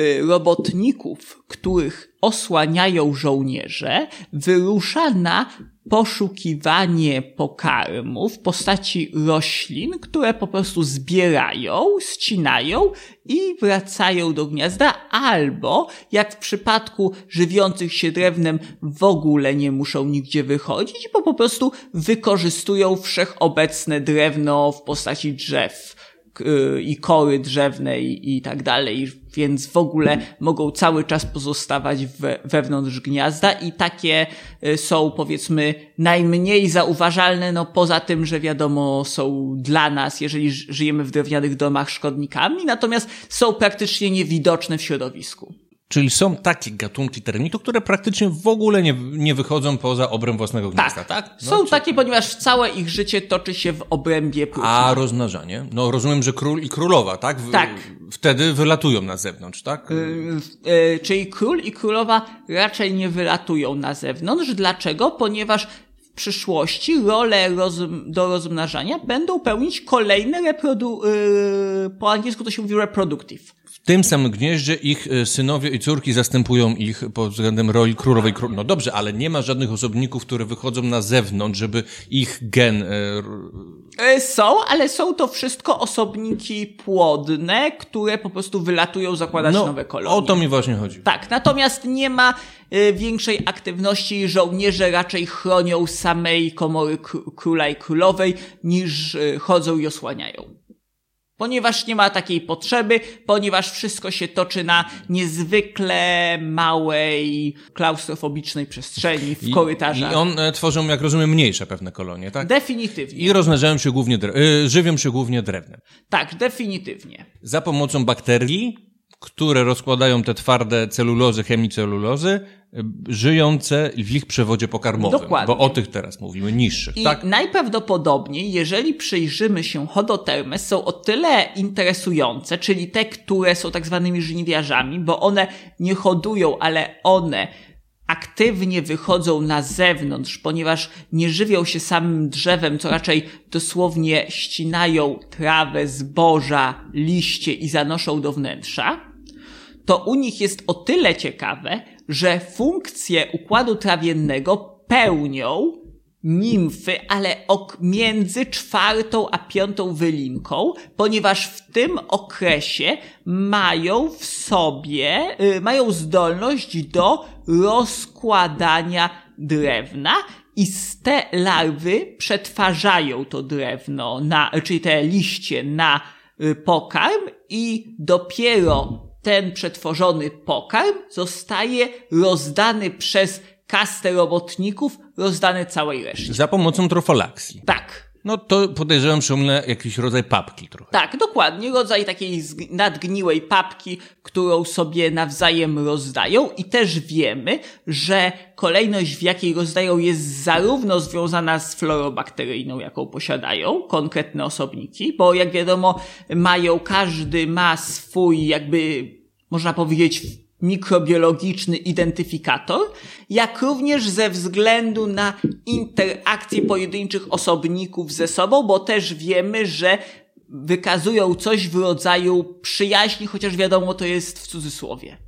robotników, których osłaniają żołnierze, wyrusza na poszukiwanie pokarmu w postaci roślin, które po prostu zbierają, ścinają i wracają do gniazda, albo jak w przypadku żywiących się drewnem w ogóle nie muszą nigdzie wychodzić, bo po prostu wykorzystują wszechobecne drewno w postaci drzew i kory drzewne i, i tak dalej, więc w ogóle mogą cały czas pozostawać we, wewnątrz gniazda i takie są, powiedzmy, najmniej zauważalne, no poza tym, że wiadomo są dla nas, jeżeli żyjemy w drewnianych domach, szkodnikami, natomiast są praktycznie niewidoczne w środowisku. Czyli są takie gatunki termitów, które praktycznie w ogóle nie, nie wychodzą poza obręb własnego gniazda, tak? tak? No, są czy... takie, ponieważ całe ich życie toczy się w obrębie próchna. A rozmnażanie? No rozumiem, że król i królowa, tak? W, tak. Wtedy wylatują na zewnątrz, tak? Yy, yy, czyli król i królowa raczej nie wylatują na zewnątrz. Dlaczego? Ponieważ w przyszłości rolę roz, do rozmnażania będą pełnić kolejne reprodu... Yy, po angielsku to się mówi reproductive. W tym samym gnieździe ich synowie i córki zastępują ich pod względem roli królowej. No dobrze, ale nie ma żadnych osobników, które wychodzą na zewnątrz, żeby ich gen... Są, ale są to wszystko osobniki płodne, które po prostu wylatują zakładać no, nowe kolonie. O to mi właśnie chodzi. Tak, natomiast nie ma y, większej aktywności. Żołnierze raczej chronią samej komory króla i królowej, niż y, chodzą i osłaniają. Ponieważ nie ma takiej potrzeby, ponieważ wszystko się toczy na niezwykle małej, klaustrofobicznej przestrzeni w I, korytarzach. I on e, tworzą, jak rozumiem, mniejsze pewne kolonie, tak? Definitywnie. I rozmnażają się głównie, dre- y, żywią się głównie drewnem. Tak, definitywnie. Za pomocą bakterii, które rozkładają te twarde celulozy, chemicelulozy, żyjące w ich przewodzie pokarmowym. Dokładnie. Bo o tych teraz mówimy, niższych. I tak? najprawdopodobniej, jeżeli przyjrzymy się Hondotermes, są o tyle interesujące, czyli te, które są tak zwanymi żniwiarzami, bo one nie hodują, ale one aktywnie wychodzą na zewnątrz, ponieważ nie żywią się samym drzewem, co raczej dosłownie ścinają trawę, zboża, liście i zanoszą do wnętrza, to u nich jest o tyle ciekawe, że funkcję układu trawiennego pełnią nimfy, ale ok- między czwartą a piątą wylinką, ponieważ w tym okresie mają w sobie, yy, mają zdolność do rozkładania drewna i z te larwy przetwarzają to drewno, na, czyli te liście na y, pokarm i dopiero ten przetworzony pokarm zostaje rozdany przez kastę robotników, rozdany całej reszcie. Za pomocą trofalaksji. Tak. No to podejrzewam, że umle jakiś rodzaj papki trochę. Tak, dokładnie. Rodzaj takiej nadgniłej papki, którą sobie nawzajem rozdają i też wiemy, że kolejność, w jakiej rozdają, jest zarówno związana z florą bakteryjną, jaką posiadają konkretne osobniki, bo jak wiadomo mają, każdy ma swój jakby, można powiedzieć, mikrobiologiczny identyfikator, jak również ze względu na interakcje pojedynczych osobników ze sobą, bo też wiemy, że wykazują coś w rodzaju przyjaźni, chociaż wiadomo, to jest w cudzysłowie.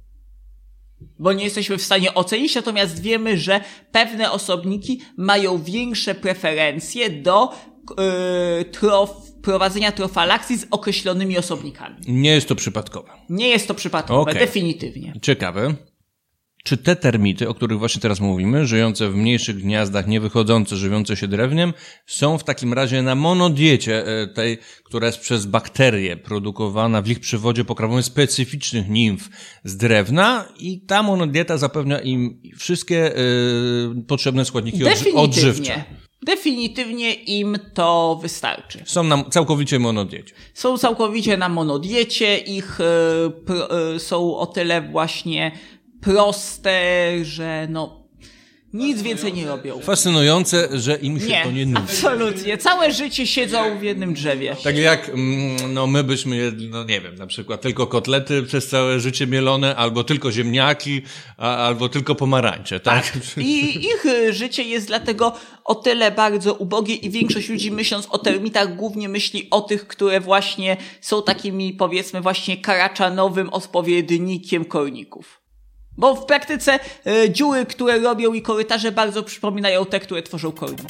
Bo nie jesteśmy w stanie ocenić, natomiast wiemy, że pewne osobniki mają większe preferencje do yy, trof, prowadzenia trofalakcji z określonymi osobnikami. Nie jest to przypadkowe. Nie jest to przypadkowe, okay. Definitywnie. Ciekawe. Czy te termity, o których właśnie teraz mówimy, żyjące w mniejszych gniazdach, nie wychodzące, żywiące się drewniem, są w takim razie na monodiecie tej, która jest przez bakterie produkowana w ich przywodzie pokarmowym specyficznych nimf z drewna i ta monodieta zapewnia im wszystkie y, potrzebne składniki odżywcze. Definitywnie im to wystarczy. Są na całkowicie monodiecie. Są całkowicie na monodiecie, ich y, pro, y, są o tyle właśnie proste, że no nic więcej nie robią. Fascynujące, że im się nie, to nie nudzi. Absolutnie. Całe życie siedzą w jednym drzewie. Tak jak no my byśmy jedli, no nie wiem, na przykład tylko kotlety przez całe życie mielone, albo tylko ziemniaki, a, albo tylko pomarańcze, tak? tak? I ich życie jest dlatego o tyle bardzo ubogie i większość ludzi, myśląc o termitach, głównie myśli o tych, które właśnie są takimi, powiedzmy, właśnie karaczanowym odpowiednikiem korników. Bo w praktyce y, dziury, które robią i korytarze bardzo przypominają te, które tworzą korniki.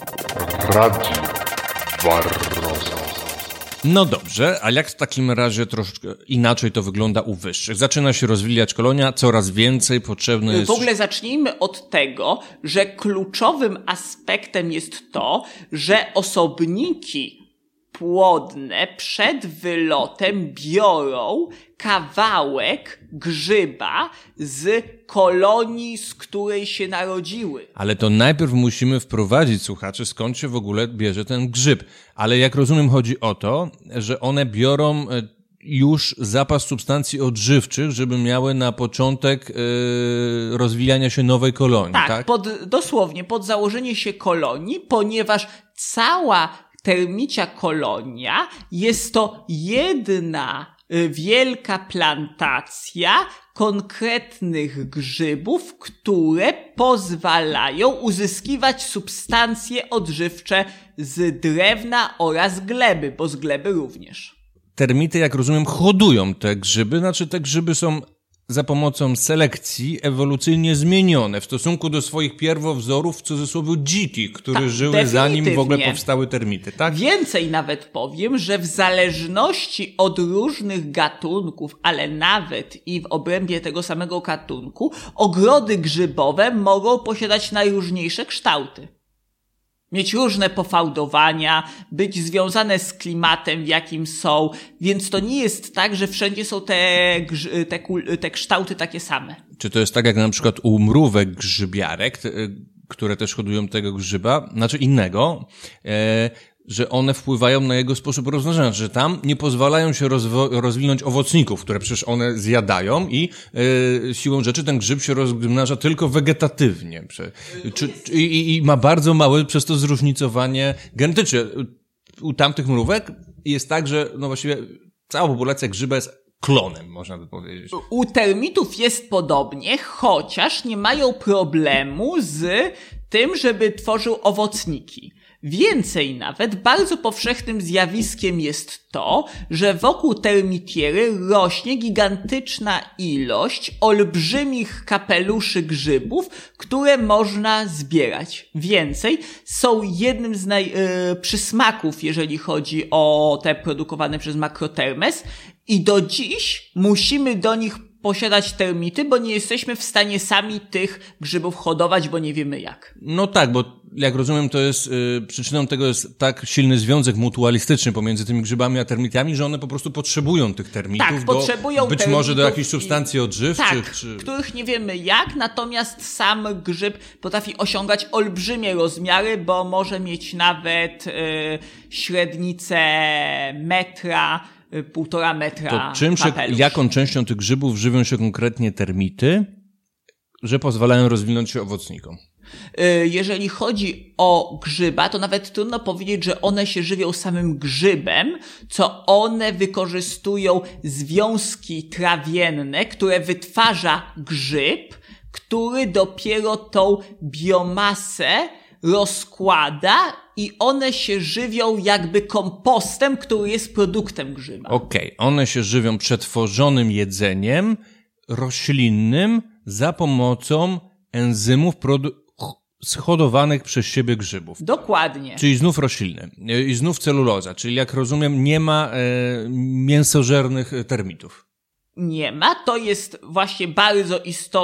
Radio Barroso. No dobrze, a jak w takim razie troszkę inaczej to wygląda u wyższych? Zaczyna się rozwijać kolonia, coraz więcej potrzebne jest... W ogóle zacznijmy od tego, że kluczowym aspektem jest to, że osobniki płodne przed wylotem biorą kawałek grzyba z kolonii, z której się narodziły. Ale to najpierw musimy wprowadzić słuchaczy, skąd się w ogóle bierze ten grzyb. Ale jak rozumiem, chodzi o to, że one biorą już zapas substancji odżywczych, żeby miały na początek yy, rozwijania się nowej kolonii, tak? Tak, pod, dosłownie pod założenie się kolonii, ponieważ cała termicia kolonia jest to jedna wielka plantacja konkretnych grzybów, które pozwalają uzyskiwać substancje odżywcze z drewna oraz gleby, bo z gleby również. Termity, jak rozumiem, hodują te grzyby, znaczy te grzyby są za pomocą selekcji ewolucyjnie zmienione w stosunku do swoich pierwowzorów, w cudzysłowie dzikich, które tak, żyły zanim w ogóle powstały termity, tak? Więcej nawet powiem, że w zależności od różnych gatunków, ale nawet i w obrębie tego samego gatunku, ogrody grzybowe mogą posiadać najróżniejsze kształty. Mieć różne pofałdowania, być związane z klimatem, w jakim są, więc to nie jest tak, że wszędzie są te, te, te kształty takie same. Czy to jest tak jak na przykład u mrówek grzybiarek, które też hodują tego grzyba, znaczy innego, e, że one wpływają na jego sposób rozmnażania, że tam nie pozwalają się rozwo- rozwinąć owocników, które przecież one zjadają i e, siłą rzeczy ten grzyb się rozmnaża tylko wegetatywnie. Czy, czy, i, I ma bardzo małe przez to zróżnicowanie genetyczne. U tamtych mrówek jest tak, że no właściwie cała populacja grzyba jest klonem, można by powiedzieć. U termitów jest podobnie, chociaż nie mają problemu z tym, żeby tworzył owocniki. Więcej nawet, bardzo powszechnym zjawiskiem jest to, że wokół termitiery rośnie gigantyczna ilość olbrzymich kapeluszy grzybów, które można zbierać. Więcej, są jednym z naj, yy, przysmaków, jeżeli chodzi o te produkowane przez Macrotermes i do dziś musimy do nich posiadać termity, bo nie jesteśmy w stanie sami tych grzybów hodować, bo nie wiemy jak. No tak, bo jak rozumiem, to jest yy, przyczyną tego jest tak silny związek mutualistyczny pomiędzy tymi grzybami a termitami, że one po prostu potrzebują tych termitów. Tak, potrzebują do, być termitów może do jakichś substancji odżywczych. Tak, czy... których nie wiemy jak, natomiast sam grzyb potrafi osiągać olbrzymie rozmiary, bo może mieć nawet yy, średnicę metra, półtora metra. To czym się, jaką częścią tych grzybów żywią się konkretnie termity, że pozwalają rozwinąć się owocnikom? Jeżeli chodzi o grzyba, to nawet trudno powiedzieć, że one się żywią samym grzybem, co one wykorzystują związki trawienne, które wytwarza grzyb, który dopiero tą biomasę rozkłada i one się żywią jakby kompostem, który jest produktem grzyba. Okej, okay. One się żywią przetworzonym jedzeniem roślinnym za pomocą enzymów produ- schodowanych przez siebie grzybów. Dokładnie. Czyli znów rośliny. I znów celuloza. Czyli jak rozumiem, nie ma e, mięsożernych termitów. Nie ma. To jest właśnie bardzo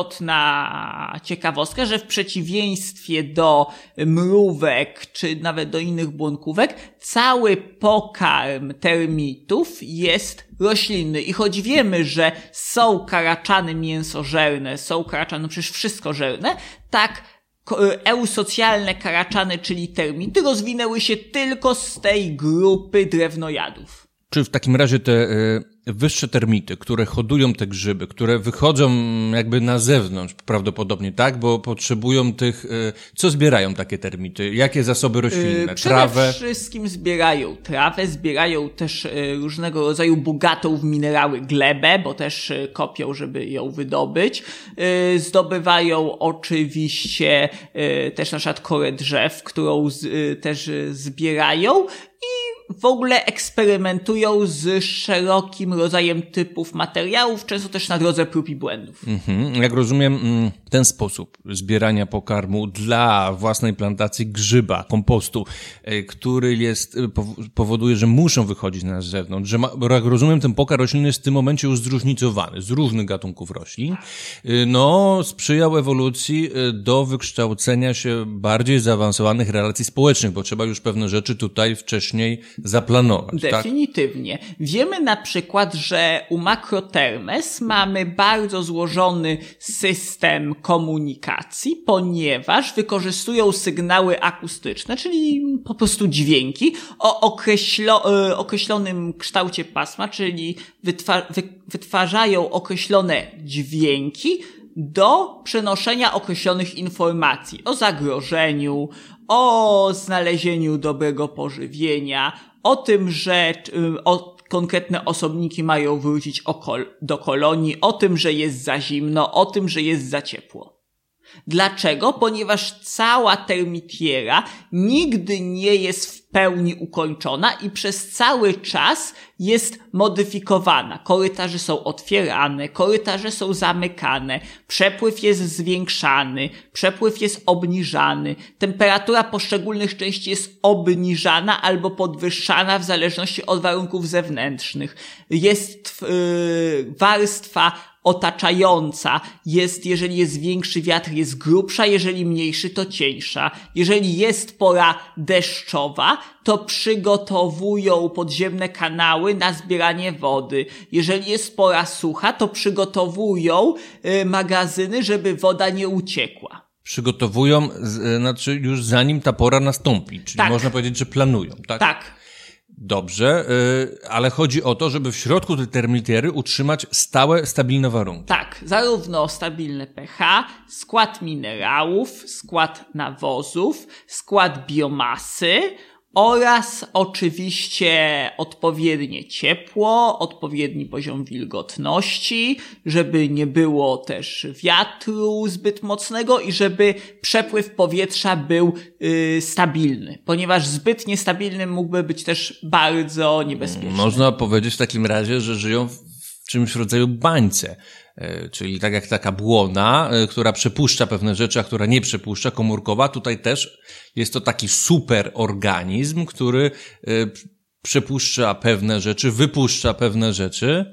istotna ciekawostka, że w przeciwieństwie do mrówek, czy nawet do innych błonkówek, cały pokarm termitów jest roślinny. I choć wiemy, że są karaczany mięsożerne, są karaczany, no przecież wszystkożerne, tak eusocjalne karaczany, czyli termity, rozwinęły się tylko z tej grupy drewnojadów. Czy w takim razie te y, wyższe termity, które hodują te grzyby, które wychodzą jakby na zewnątrz prawdopodobnie, tak? Bo potrzebują tych... Y, co zbierają takie termity? Jakie zasoby roślinne? Yy, Trawę? Przede wszystkim zbierają trawę, zbierają też y, różnego rodzaju bogatą w minerały glebę, bo też y, kopią, żeby ją wydobyć. Y, zdobywają oczywiście y, też na przykład korę drzew, którą z, y, też y, zbierają i w ogóle eksperymentują z szerokim rodzajem typów materiałów, często też na drodze prób i błędów. Mhm. Jak rozumiem, ten sposób zbierania pokarmu dla własnej plantacji grzyba, kompostu, który jest, powoduje, że muszą wychodzić na zewnątrz, że ma, jak rozumiem, ten pokarm roślinny jest w tym momencie już zróżnicowany z różnych gatunków roślin, no, sprzyjał ewolucji do wykształcenia się bardziej zaawansowanych relacji społecznych, bo trzeba już pewne rzeczy tutaj wcześniej zaplanować. Definitywnie. Tak? Wiemy na przykład, że u Macrotermes mamy bardzo złożony system komunikacji, ponieważ wykorzystują sygnały akustyczne, czyli po prostu dźwięki o określo- określonym kształcie pasma, czyli wytwa- wy- wytwarzają określone dźwięki do przenoszenia określonych informacji o zagrożeniu, o znalezieniu dobrego pożywienia, o tym, że o, konkretne osobniki mają wrócić okol- do kolonii, o tym, że jest za zimno, o tym, że jest za ciepło. Dlaczego? Ponieważ cała termitiera nigdy nie jest w pełni ukończona i przez cały czas jest modyfikowana. Korytarze są otwierane, korytarze są zamykane, przepływ jest zwiększany, przepływ jest obniżany, temperatura poszczególnych części jest obniżana albo podwyższana w zależności od warunków zewnętrznych. Jest yy, warstwa otaczająca jest, jeżeli jest większy wiatr, jest grubsza, jeżeli mniejszy, to cieńsza. Jeżeli jest pora deszczowa, to przygotowują podziemne kanały na zbieranie wody. Jeżeli jest pora sucha, to przygotowują y, magazyny, żeby woda nie uciekła. Przygotowują, znaczy już zanim ta pora nastąpi, czyli tak. Można powiedzieć, że planują, tak? Tak. Dobrze, yy, ale chodzi o to, żeby w środku tej termitiery utrzymać stałe, stabilne warunki. Tak, zarówno stabilne pH, skład minerałów, skład nawozów, skład biomasy oraz oczywiście odpowiednie ciepło, odpowiedni poziom wilgotności, żeby nie było też wiatru zbyt mocnego i żeby przepływ powietrza był yy, stabilny, ponieważ zbyt niestabilny mógłby być też bardzo niebezpieczny. Można powiedzieć w takim razie, że żyją w czymś w rodzaju bańce. Czyli tak jak taka błona, która przepuszcza pewne rzeczy, a która nie przepuszcza, komórkowa. Tutaj też jest to taki super organizm, który przepuszcza pewne rzeczy, wypuszcza pewne rzeczy.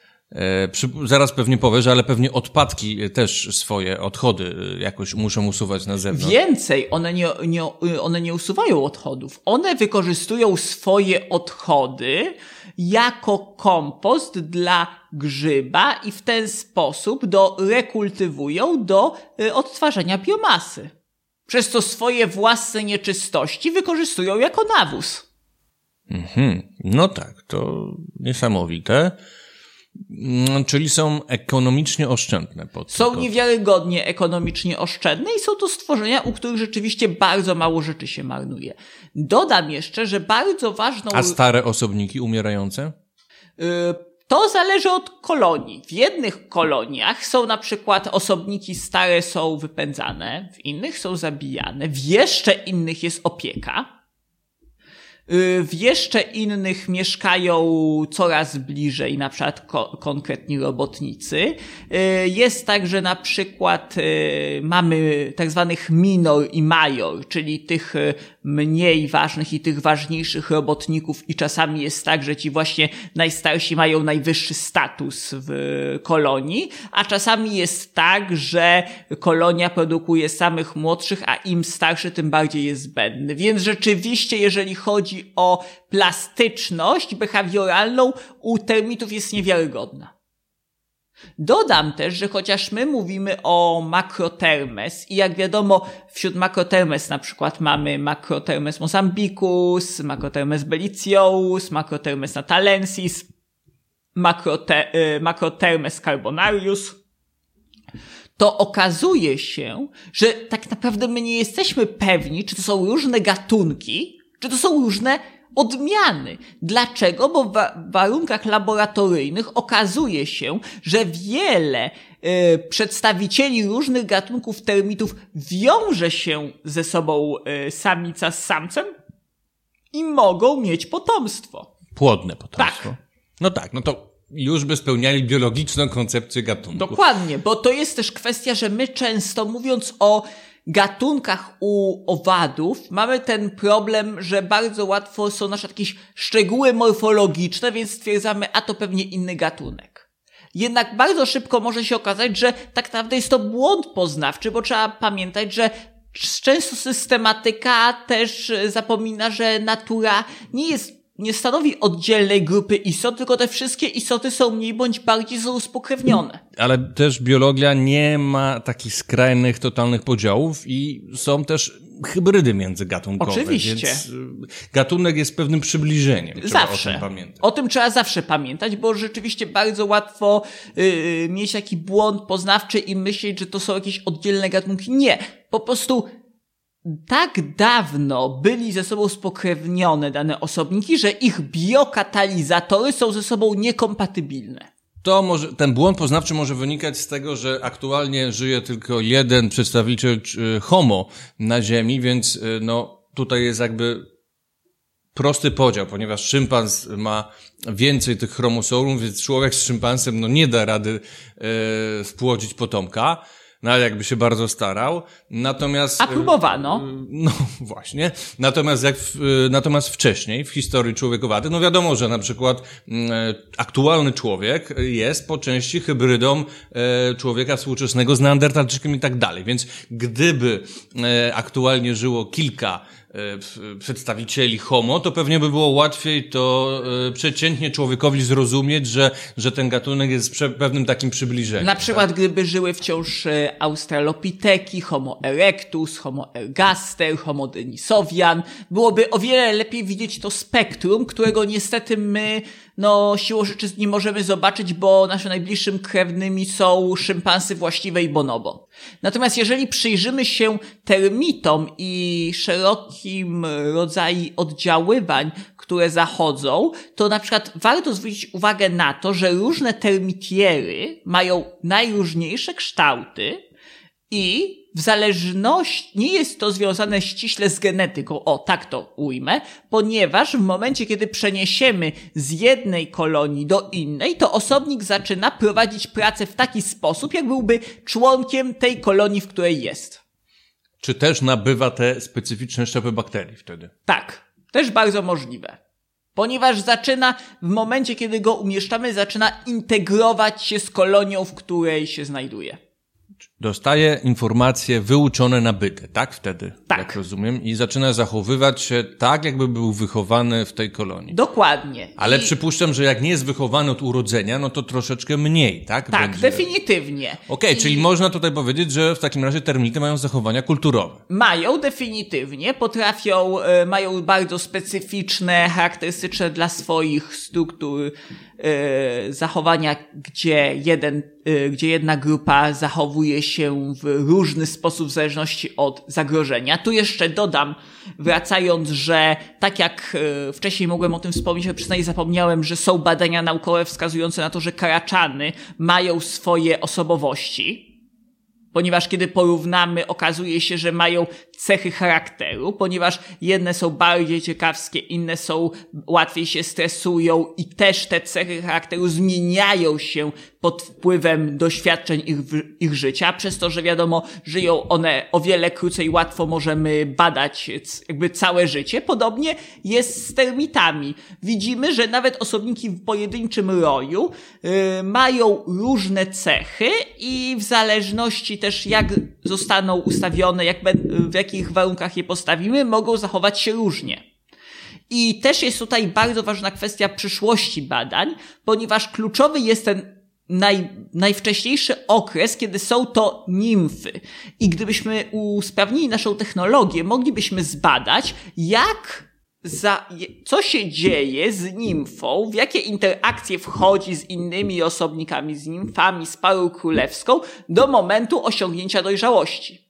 Zaraz pewnie powiesz, ale pewnie odpadki też swoje, odchody jakoś muszą usuwać na zewnątrz. Więcej, one nie, nie, one nie usuwają odchodów. One wykorzystują swoje odchody jako kompost dla grzyba i w ten sposób do, rekultywują do y, odtwarzania biomasy. Przez to swoje własne nieczystości wykorzystują jako nawóz. Mhm. No tak, to niesamowite. Mm, czyli są ekonomicznie oszczędne. Pod są to... niewiarygodnie ekonomicznie oszczędne i są to stworzenia, u których rzeczywiście bardzo mało rzeczy się marnuje. Dodam jeszcze, że bardzo ważną... A stare osobniki umierające? Yy, to zależy od kolonii. W jednych koloniach są na przykład osobniki stare są wypędzane, w innych są zabijane, w jeszcze innych jest opieka. W jeszcze innych mieszkają coraz bliżej, na przykład ko- konkretni robotnicy. Jest tak, że na przykład mamy tak zwanych minor i major, czyli tych mniej ważnych i tych ważniejszych robotników i czasami jest tak, że ci właśnie najstarsi mają najwyższy status w kolonii, a czasami jest tak, że kolonia produkuje samych młodszych, a im starszy, tym bardziej jest zbędny. Więc rzeczywiście, jeżeli chodzi o plastyczność behawioralną, u termitów jest niewiarygodna. Dodam też, że chociaż my mówimy o Macrotermes i jak wiadomo wśród Macrotermes na przykład mamy Macrotermes mozambicus, Macrotermes belliciosus, Macrotermes natalensis, Macrote- Macrotermes carbonarius, to okazuje się, że tak naprawdę my nie jesteśmy pewni, czy to są różne gatunki, czy to są różne odmiany. Dlaczego? Bo w warunkach laboratoryjnych okazuje się, że wiele y, przedstawicieli różnych gatunków termitów wiąże się ze sobą y, samica z samcem i mogą mieć potomstwo. Płodne potomstwo. Tak. No tak, no to już by spełniali biologiczną koncepcję gatunku. Dokładnie, bo to jest też kwestia, że my często mówiąc o gatunkach u owadów mamy ten problem, że bardzo łatwo są nasze jakieś szczegóły morfologiczne, więc stwierdzamy, a to pewnie inny gatunek. Jednak bardzo szybko może się okazać, że tak naprawdę jest to błąd poznawczy, bo trzeba pamiętać, że często systematyka też zapomina, że natura nie jest nie stanowi oddzielnej grupy istot, tylko te wszystkie istoty są mniej bądź bardziej są spokrewnione. Ale też biologia nie ma takich skrajnych, totalnych podziałów i są też hybrydy międzygatunkowe. Oczywiście. Więc gatunek jest pewnym przybliżeniem. Trzeba Zawsze. o tym pamiętać. O tym trzeba zawsze pamiętać, bo rzeczywiście bardzo łatwo yy, mieć taki błąd poznawczy i myśleć, że to są jakieś oddzielne gatunki. Nie. Po prostu tak dawno byli ze sobą spokrewnione dane osobniki, że ich biokatalizatory są ze sobą niekompatybilne. To może, ten błąd poznawczy może wynikać z tego, że aktualnie żyje tylko jeden przedstawiciel Homo na Ziemi, więc no tutaj jest jakby prosty podział, ponieważ szympans ma więcej tych chromosomów, więc człowiek z szympansem no nie da rady e, spłodzić potomka. No ale jakby się bardzo starał. Natomiast... A próbowano. No właśnie. Natomiast jak w, natomiast wcześniej w historii człowiekowaty, no wiadomo, że na przykład e, aktualny człowiek jest po części hybrydą e, człowieka współczesnego z neandertalczykiem i tak dalej. Więc gdyby e, aktualnie żyło kilka przedstawicieli Homo, to pewnie by było łatwiej to e, przeciętnie człowiekowi zrozumieć, że, że ten gatunek jest prze, pewnym takim przybliżeniem. Na przykład tak? gdyby żyły wciąż e, australopiteki, Homo erectus, Homo ergaster, Homo denisovian, byłoby o wiele lepiej widzieć to spektrum, którego niestety my no siłą rzeczy nie możemy zobaczyć, bo naszym najbliższym krewnymi są szympansy właściwe i bonobo. Natomiast jeżeli przyjrzymy się termitom i szerokim rodzaju oddziaływań, które zachodzą, to na przykład warto zwrócić uwagę na to, że różne termitiery mają najróżniejsze kształty i w zależności, nie jest to związane ściśle z genetyką, o tak to ujmę, ponieważ w momencie, kiedy przeniesiemy z jednej kolonii do innej, to osobnik zaczyna prowadzić pracę w taki sposób, jak byłby członkiem tej kolonii, w której jest. Czy też nabywa te specyficzne szczepy bakterii wtedy? Tak, też bardzo możliwe. Ponieważ zaczyna, w momencie, kiedy go umieszczamy, zaczyna integrować się z kolonią, w której się znajduje. dostaje informacje wyuczone na byty, tak? Wtedy, tak. Jak rozumiem. I zaczyna zachowywać się tak, jakby był wychowany w tej kolonii. Dokładnie. Ale I... przypuszczam, że jak nie jest wychowany od urodzenia, no to troszeczkę mniej, tak? Tak, Będzie... definitywnie. Okej, okay, I... czyli można tutaj powiedzieć, że w takim razie termity mają zachowania kulturowe. Mają, definitywnie. Potrafią, y, mają bardzo specyficzne, charakterystyczne dla swoich struktur y, zachowania, gdzie jeden, y, gdzie jedna grupa zachowuje się w różny sposób w zależności od zagrożenia. Tu jeszcze dodam, wracając, że tak jak y, wcześniej mogłem o tym wspomnieć, ale przynajmniej zapomniałem, że są badania naukowe wskazujące na to, że Karaczany mają swoje osobowości. Ponieważ kiedy porównamy, okazuje się, że mają cechy charakteru, ponieważ jedne są bardziej ciekawskie, inne są, łatwiej się stresują i też te cechy charakteru zmieniają się pod wpływem doświadczeń ich, ich życia, przez to, że wiadomo, żyją one o wiele krócej, łatwo możemy badać jakby całe życie. Podobnie jest z termitami. Widzimy, że nawet osobniki w pojedynczym roju yy, mają różne cechy i w zależności też jak zostaną ustawione, jak w jakich warunkach je postawimy, mogą zachować się różnie. I też jest tutaj bardzo ważna kwestia przyszłości badań, ponieważ kluczowy jest ten Naj, najwcześniejszy okres, kiedy są to nimfy. I gdybyśmy usprawnili naszą technologię, moglibyśmy zbadać, jak za, co się dzieje z nimfą, w jakie interakcje wchodzi z innymi osobnikami, z nimfami, z parą królewską, do momentu osiągnięcia dojrzałości.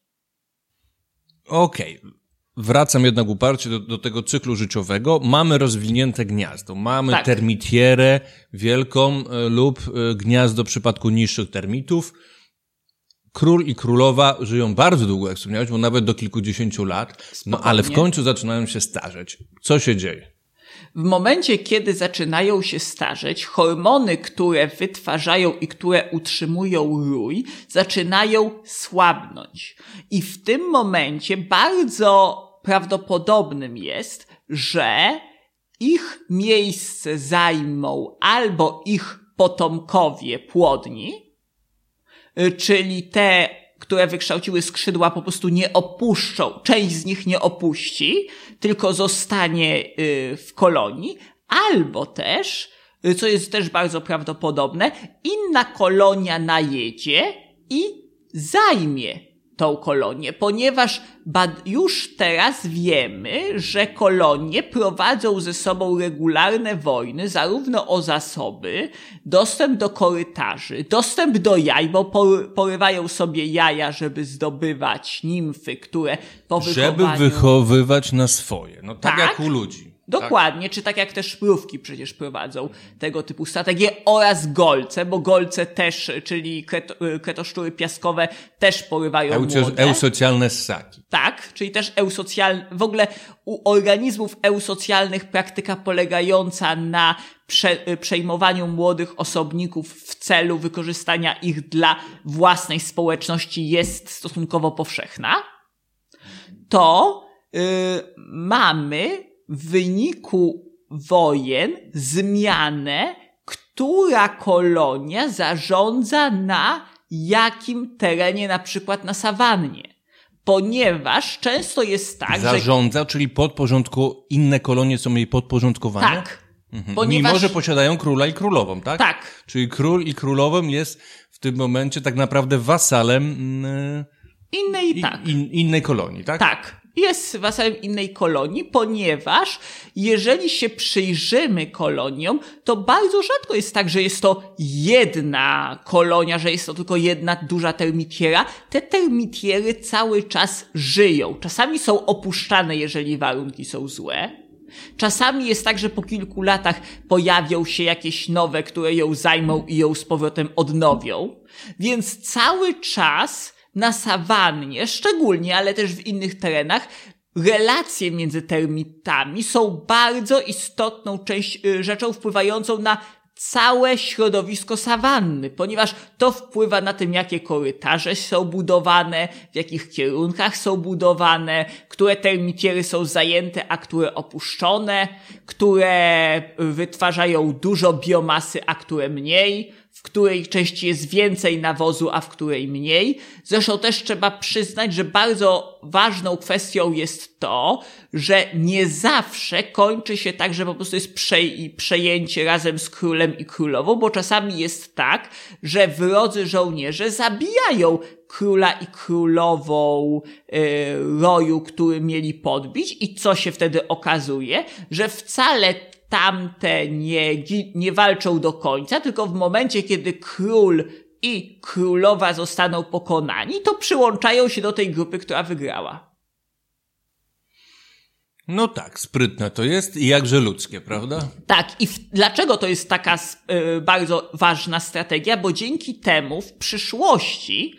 Okej. Okay. Wracam jednak uparcie do, do tego cyklu życiowego. Mamy rozwinięte gniazdo. Mamy tak. termitierę wielką y, lub y, gniazdo w przypadku niższych termitów. Król i królowa żyją bardzo długo, jak wspomniałeś, bo nawet do kilkudziesięciu lat. No ale w końcu zaczynają się starzeć. Co się dzieje? W momencie, kiedy zaczynają się starzeć, hormony, które wytwarzają i które utrzymują rój, zaczynają słabnąć. I w tym momencie bardzo prawdopodobnym jest, że ich miejsce zajmą albo ich potomkowie płodni, czyli te, które wykształciły skrzydła, po prostu nie opuszczą, część z nich nie opuści, tylko zostanie w kolonii, albo też, co jest też bardzo prawdopodobne, inna kolonia najedzie i zajmie tą kolonię, ponieważ już teraz wiemy, że kolonie prowadzą ze sobą regularne wojny, zarówno o zasoby, dostęp do korytarzy, dostęp do jaj, bo porywają sobie jaja, żeby zdobywać nimfy, które po wychowaniu... Żeby wychowywać na swoje, no tak, tak jak u ludzi. Dokładnie, tak. Czy tak jak też szprówki przecież prowadzą tego typu strategie oraz golce, bo golce też, czyli kreto, kretoszczury piaskowe też porywają Eucio, młode. Eusocjalne ssaki. Tak, czyli też eusocjalne, w ogóle u organizmów eusocjalnych praktyka polegająca na prze, przejmowaniu młodych osobników w celu wykorzystania ich dla własnej społeczności jest stosunkowo powszechna. To yy, mamy w wyniku wojen zmianę, która kolonia zarządza na jakim terenie, na przykład na sawannie. Ponieważ często jest tak, zarządza, że... Zarządza, czyli podporządku... inne kolonie są jej podporządkowane? Tak. Mhm. Ponieważ... Mimo, że posiadają króla i królową, tak? Tak. Czyli król i królową jest w tym momencie tak naprawdę wasalem... Yy... Innej, tak. In, innej kolonii, tak? Tak. Jest wasalem innej kolonii, ponieważ jeżeli się przyjrzymy koloniom, to bardzo rzadko jest tak, że jest to jedna kolonia, że jest to tylko jedna duża termitiera. Te termitiery cały czas żyją. Czasami są opuszczane, jeżeli warunki są złe. Czasami jest tak, że po kilku latach pojawią się jakieś nowe, które ją zajmą i ją z powrotem odnowią. Więc cały czas na sawannie, szczególnie, ale też w innych terenach, relacje między termitami są bardzo istotną część, rzeczą wpływającą na całe środowisko sawanny, ponieważ to wpływa na tym, jakie korytarze są budowane, w jakich kierunkach są budowane, które termitiery są zajęte, a które opuszczone, które wytwarzają dużo biomasy, a które mniej, której części jest więcej nawozu, a w której mniej. Zresztą też trzeba przyznać, że bardzo ważną kwestią jest to, że nie zawsze kończy się tak, że po prostu jest prze- przejęcie razem z królem i królową, bo czasami jest tak, że wrodzy żołnierze zabijają króla i królową yy, roju, który mieli podbić i co się wtedy okazuje, że wcale tamte nie, nie walczą do końca, tylko w momencie, kiedy król i królowa zostaną pokonani, to przyłączają się do tej grupy, która wygrała. No tak, sprytne to jest i jakże ludzkie, prawda? Tak, i w, dlaczego to jest taka y, bardzo ważna strategia? Bo dzięki temu w przyszłości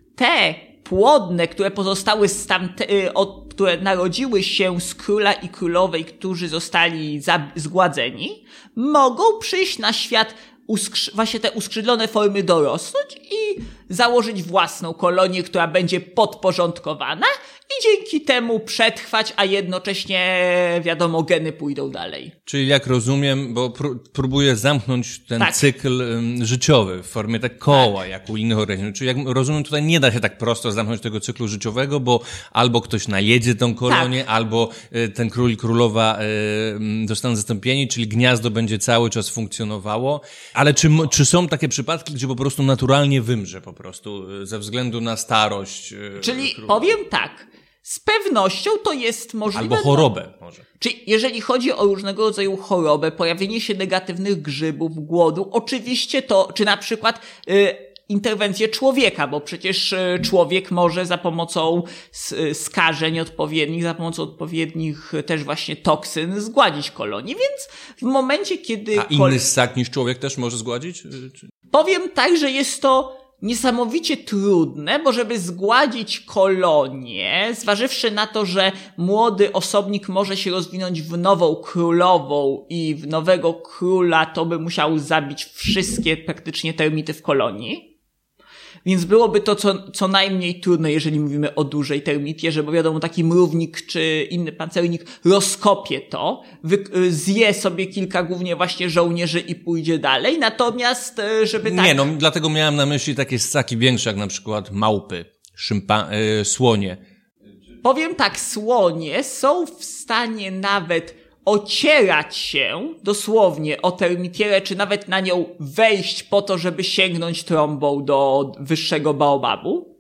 te płodne, które pozostały z tamte, y, od, które narodziły się z króla i królowej, którzy zostali za, zgładzeni, mogą przyjść na świat uskrzy- właśnie te uskrzydlone formy dorosnąć i założyć własną kolonię, która będzie podporządkowana i dzięki temu przetrwać, a jednocześnie, wiadomo, geny pójdą dalej. Czyli jak rozumiem, bo pró- próbuję zamknąć ten tak. cykl ym, życiowy w formie tak koła, tak. jak u innych organizmów. Czyli jak rozumiem, tutaj nie da się tak prosto zamknąć tego cyklu życiowego, bo albo ktoś najedzie tą kolonię, tak. albo y, ten król i królowa y, zostaną zastąpieni, czyli gniazdo będzie cały czas funkcjonowało. Ale czy, czy są takie przypadki, gdzie po prostu naturalnie wymrze po prostu y, ze względu na starość? Y, Czyli króla? powiem tak. Z pewnością to jest możliwe. Albo chorobę może. Czyli jeżeli chodzi o różnego rodzaju chorobę, pojawienie się negatywnych grzybów, głodu, oczywiście to, czy na przykład y, interwencję człowieka, bo przecież y, człowiek może za pomocą y, skażeń odpowiednich, za pomocą odpowiednich y, też właśnie toksyn zgładzić kolonię, więc w momencie, kiedy... A inny ssak niż człowiek też może zgładzić? Y, czy... Powiem tak, że jest to niesamowicie trudne, bo żeby zgładzić kolonię, zważywszy na to, że młody osobnik może się rozwinąć w nową królową i w nowego króla, to by musiał zabić wszystkie praktycznie termity w kolonii. Więc byłoby to co, co najmniej trudne, jeżeli mówimy o dużej termitierze, bo wiadomo, taki mrównik czy inny pancernik rozkopie to, wy, zje sobie kilka głównie właśnie żołnierzy i pójdzie dalej, natomiast żeby tak... Nie, no dlatego miałem na myśli takie ssaki większe, jak na przykład małpy, szympa, yy, słonie. Powiem tak, słonie są w stanie nawet ocierać się dosłownie o termitierę, czy nawet na nią wejść po to, żeby sięgnąć trąbą do wyższego baobabu.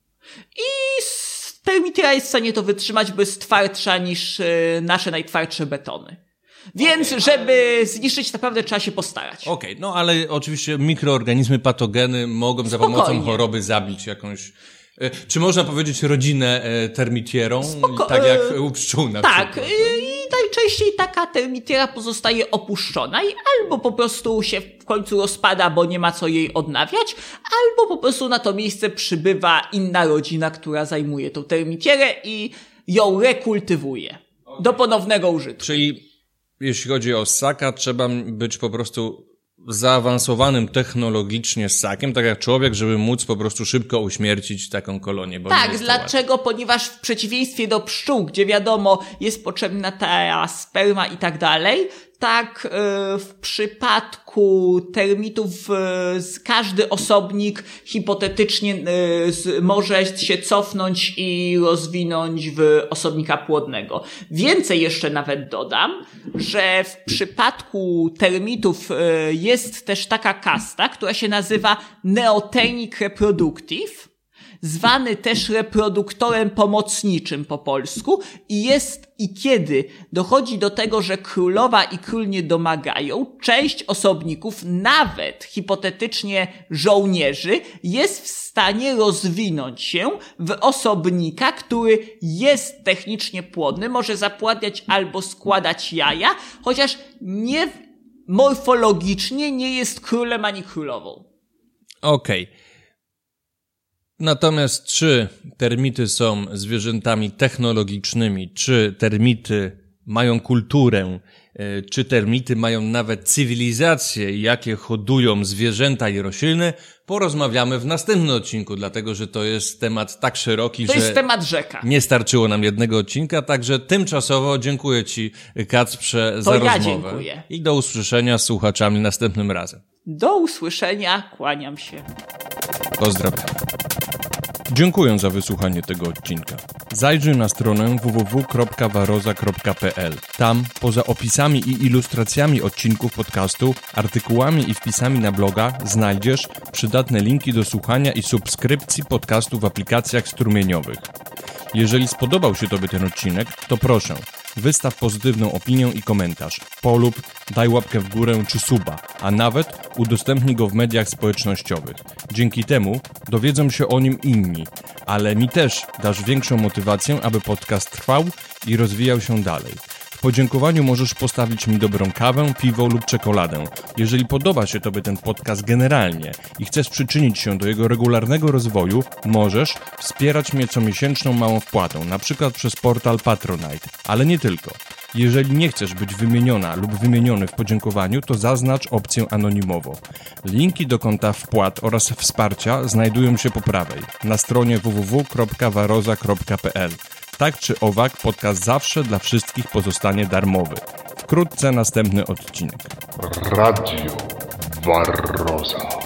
I termitiera jest w stanie to wytrzymać, bo jest twardsza niż nasze najtwardsze betony. Więc okay, żeby ale... zniszczyć, naprawdę trzeba się postarać. Okej, okay, no ale oczywiście mikroorganizmy, patogeny mogą za Spokojnie. pomocą choroby zabić jakąś... Czy można powiedzieć rodzinę termitierą? Spoko- tak jak u pszczół na tak, przykład. Tak, i najczęściej taka termitiera pozostaje opuszczona i albo po prostu się w końcu rozpada, bo nie ma co jej odnawiać, albo po prostu na to miejsce przybywa inna rodzina, która zajmuje tą termitierę i ją rekultywuje okay. do ponownego użytku. Czyli jeśli chodzi o ssaka, trzeba być po prostu zaawansowanym technologicznie ssakiem, tak jak człowiek, żeby móc po prostu szybko uśmiercić taką kolonię. Bo tak, dlaczego? Ponieważ w przeciwieństwie do pszczół, gdzie wiadomo jest potrzebna ta sperma i tak dalej, tak w przypadku termitów każdy osobnik hipotetycznie może się cofnąć i rozwinąć w osobnika płodnego. Więcej jeszcze nawet dodam, że w przypadku termitów jest też taka kasta, która się nazywa Neothenic Reproductive, zwany też reproduktorem pomocniczym po polsku i jest i kiedy dochodzi do tego, że królowa i król nie domagają, część osobników, nawet hipotetycznie żołnierzy, jest w stanie rozwinąć się w osobnika, który jest technicznie płodny, może zapładniać albo składać jaja, chociaż nie morfologicznie nie jest królem ani królową. Okej. Okay. Natomiast czy termity są zwierzętami technologicznymi, czy termity mają kulturę, czy termity mają nawet cywilizację, jakie hodują zwierzęta i rośliny, porozmawiamy w następnym odcinku, dlatego że to jest temat tak szeroki, to że jest temat rzeka. Nie starczyło nam jednego odcinka, także tymczasowo dziękuję Ci, Kacprze, to za ja rozmowę. Dziękuję. I do usłyszenia z słuchaczami następnym razem. Do usłyszenia, kłaniam się. Pozdrawiam. Dziękuję za wysłuchanie tego odcinka. Zajrzyj na stronę w w w kropka waroza kropka p l. Tam, poza opisami i ilustracjami odcinków podcastu, artykułami i wpisami na bloga, znajdziesz przydatne linki do słuchania i subskrypcji podcastu w aplikacjach strumieniowych. Jeżeli spodobał się Tobie ten odcinek, to proszę, wystaw pozytywną opinię i komentarz, polub, daj łapkę w górę czy suba, a nawet udostępnij go w mediach społecznościowych. Dzięki temu dowiedzą się o nim inni, ale mi też dasz większą motywację, aby podcast trwał i rozwijał się dalej. W podziękowaniu możesz postawić mi dobrą kawę, piwo lub czekoladę. Jeżeli podoba się Tobie ten podcast generalnie i chcesz przyczynić się do jego regularnego rozwoju, możesz wspierać mnie comiesięczną małą wpłatą, na przykład przez portal Patronite, ale nie tylko. Jeżeli nie chcesz być wymieniona lub wymieniony w podziękowaniu, to zaznacz opcję anonimowo. Linki do konta wpłat oraz wsparcia znajdują się po prawej, na stronie w w w kropka waroza kropka p l. Tak czy owak, podcast zawsze dla wszystkich pozostanie darmowy. Wkrótce następny odcinek. Radio Barroza.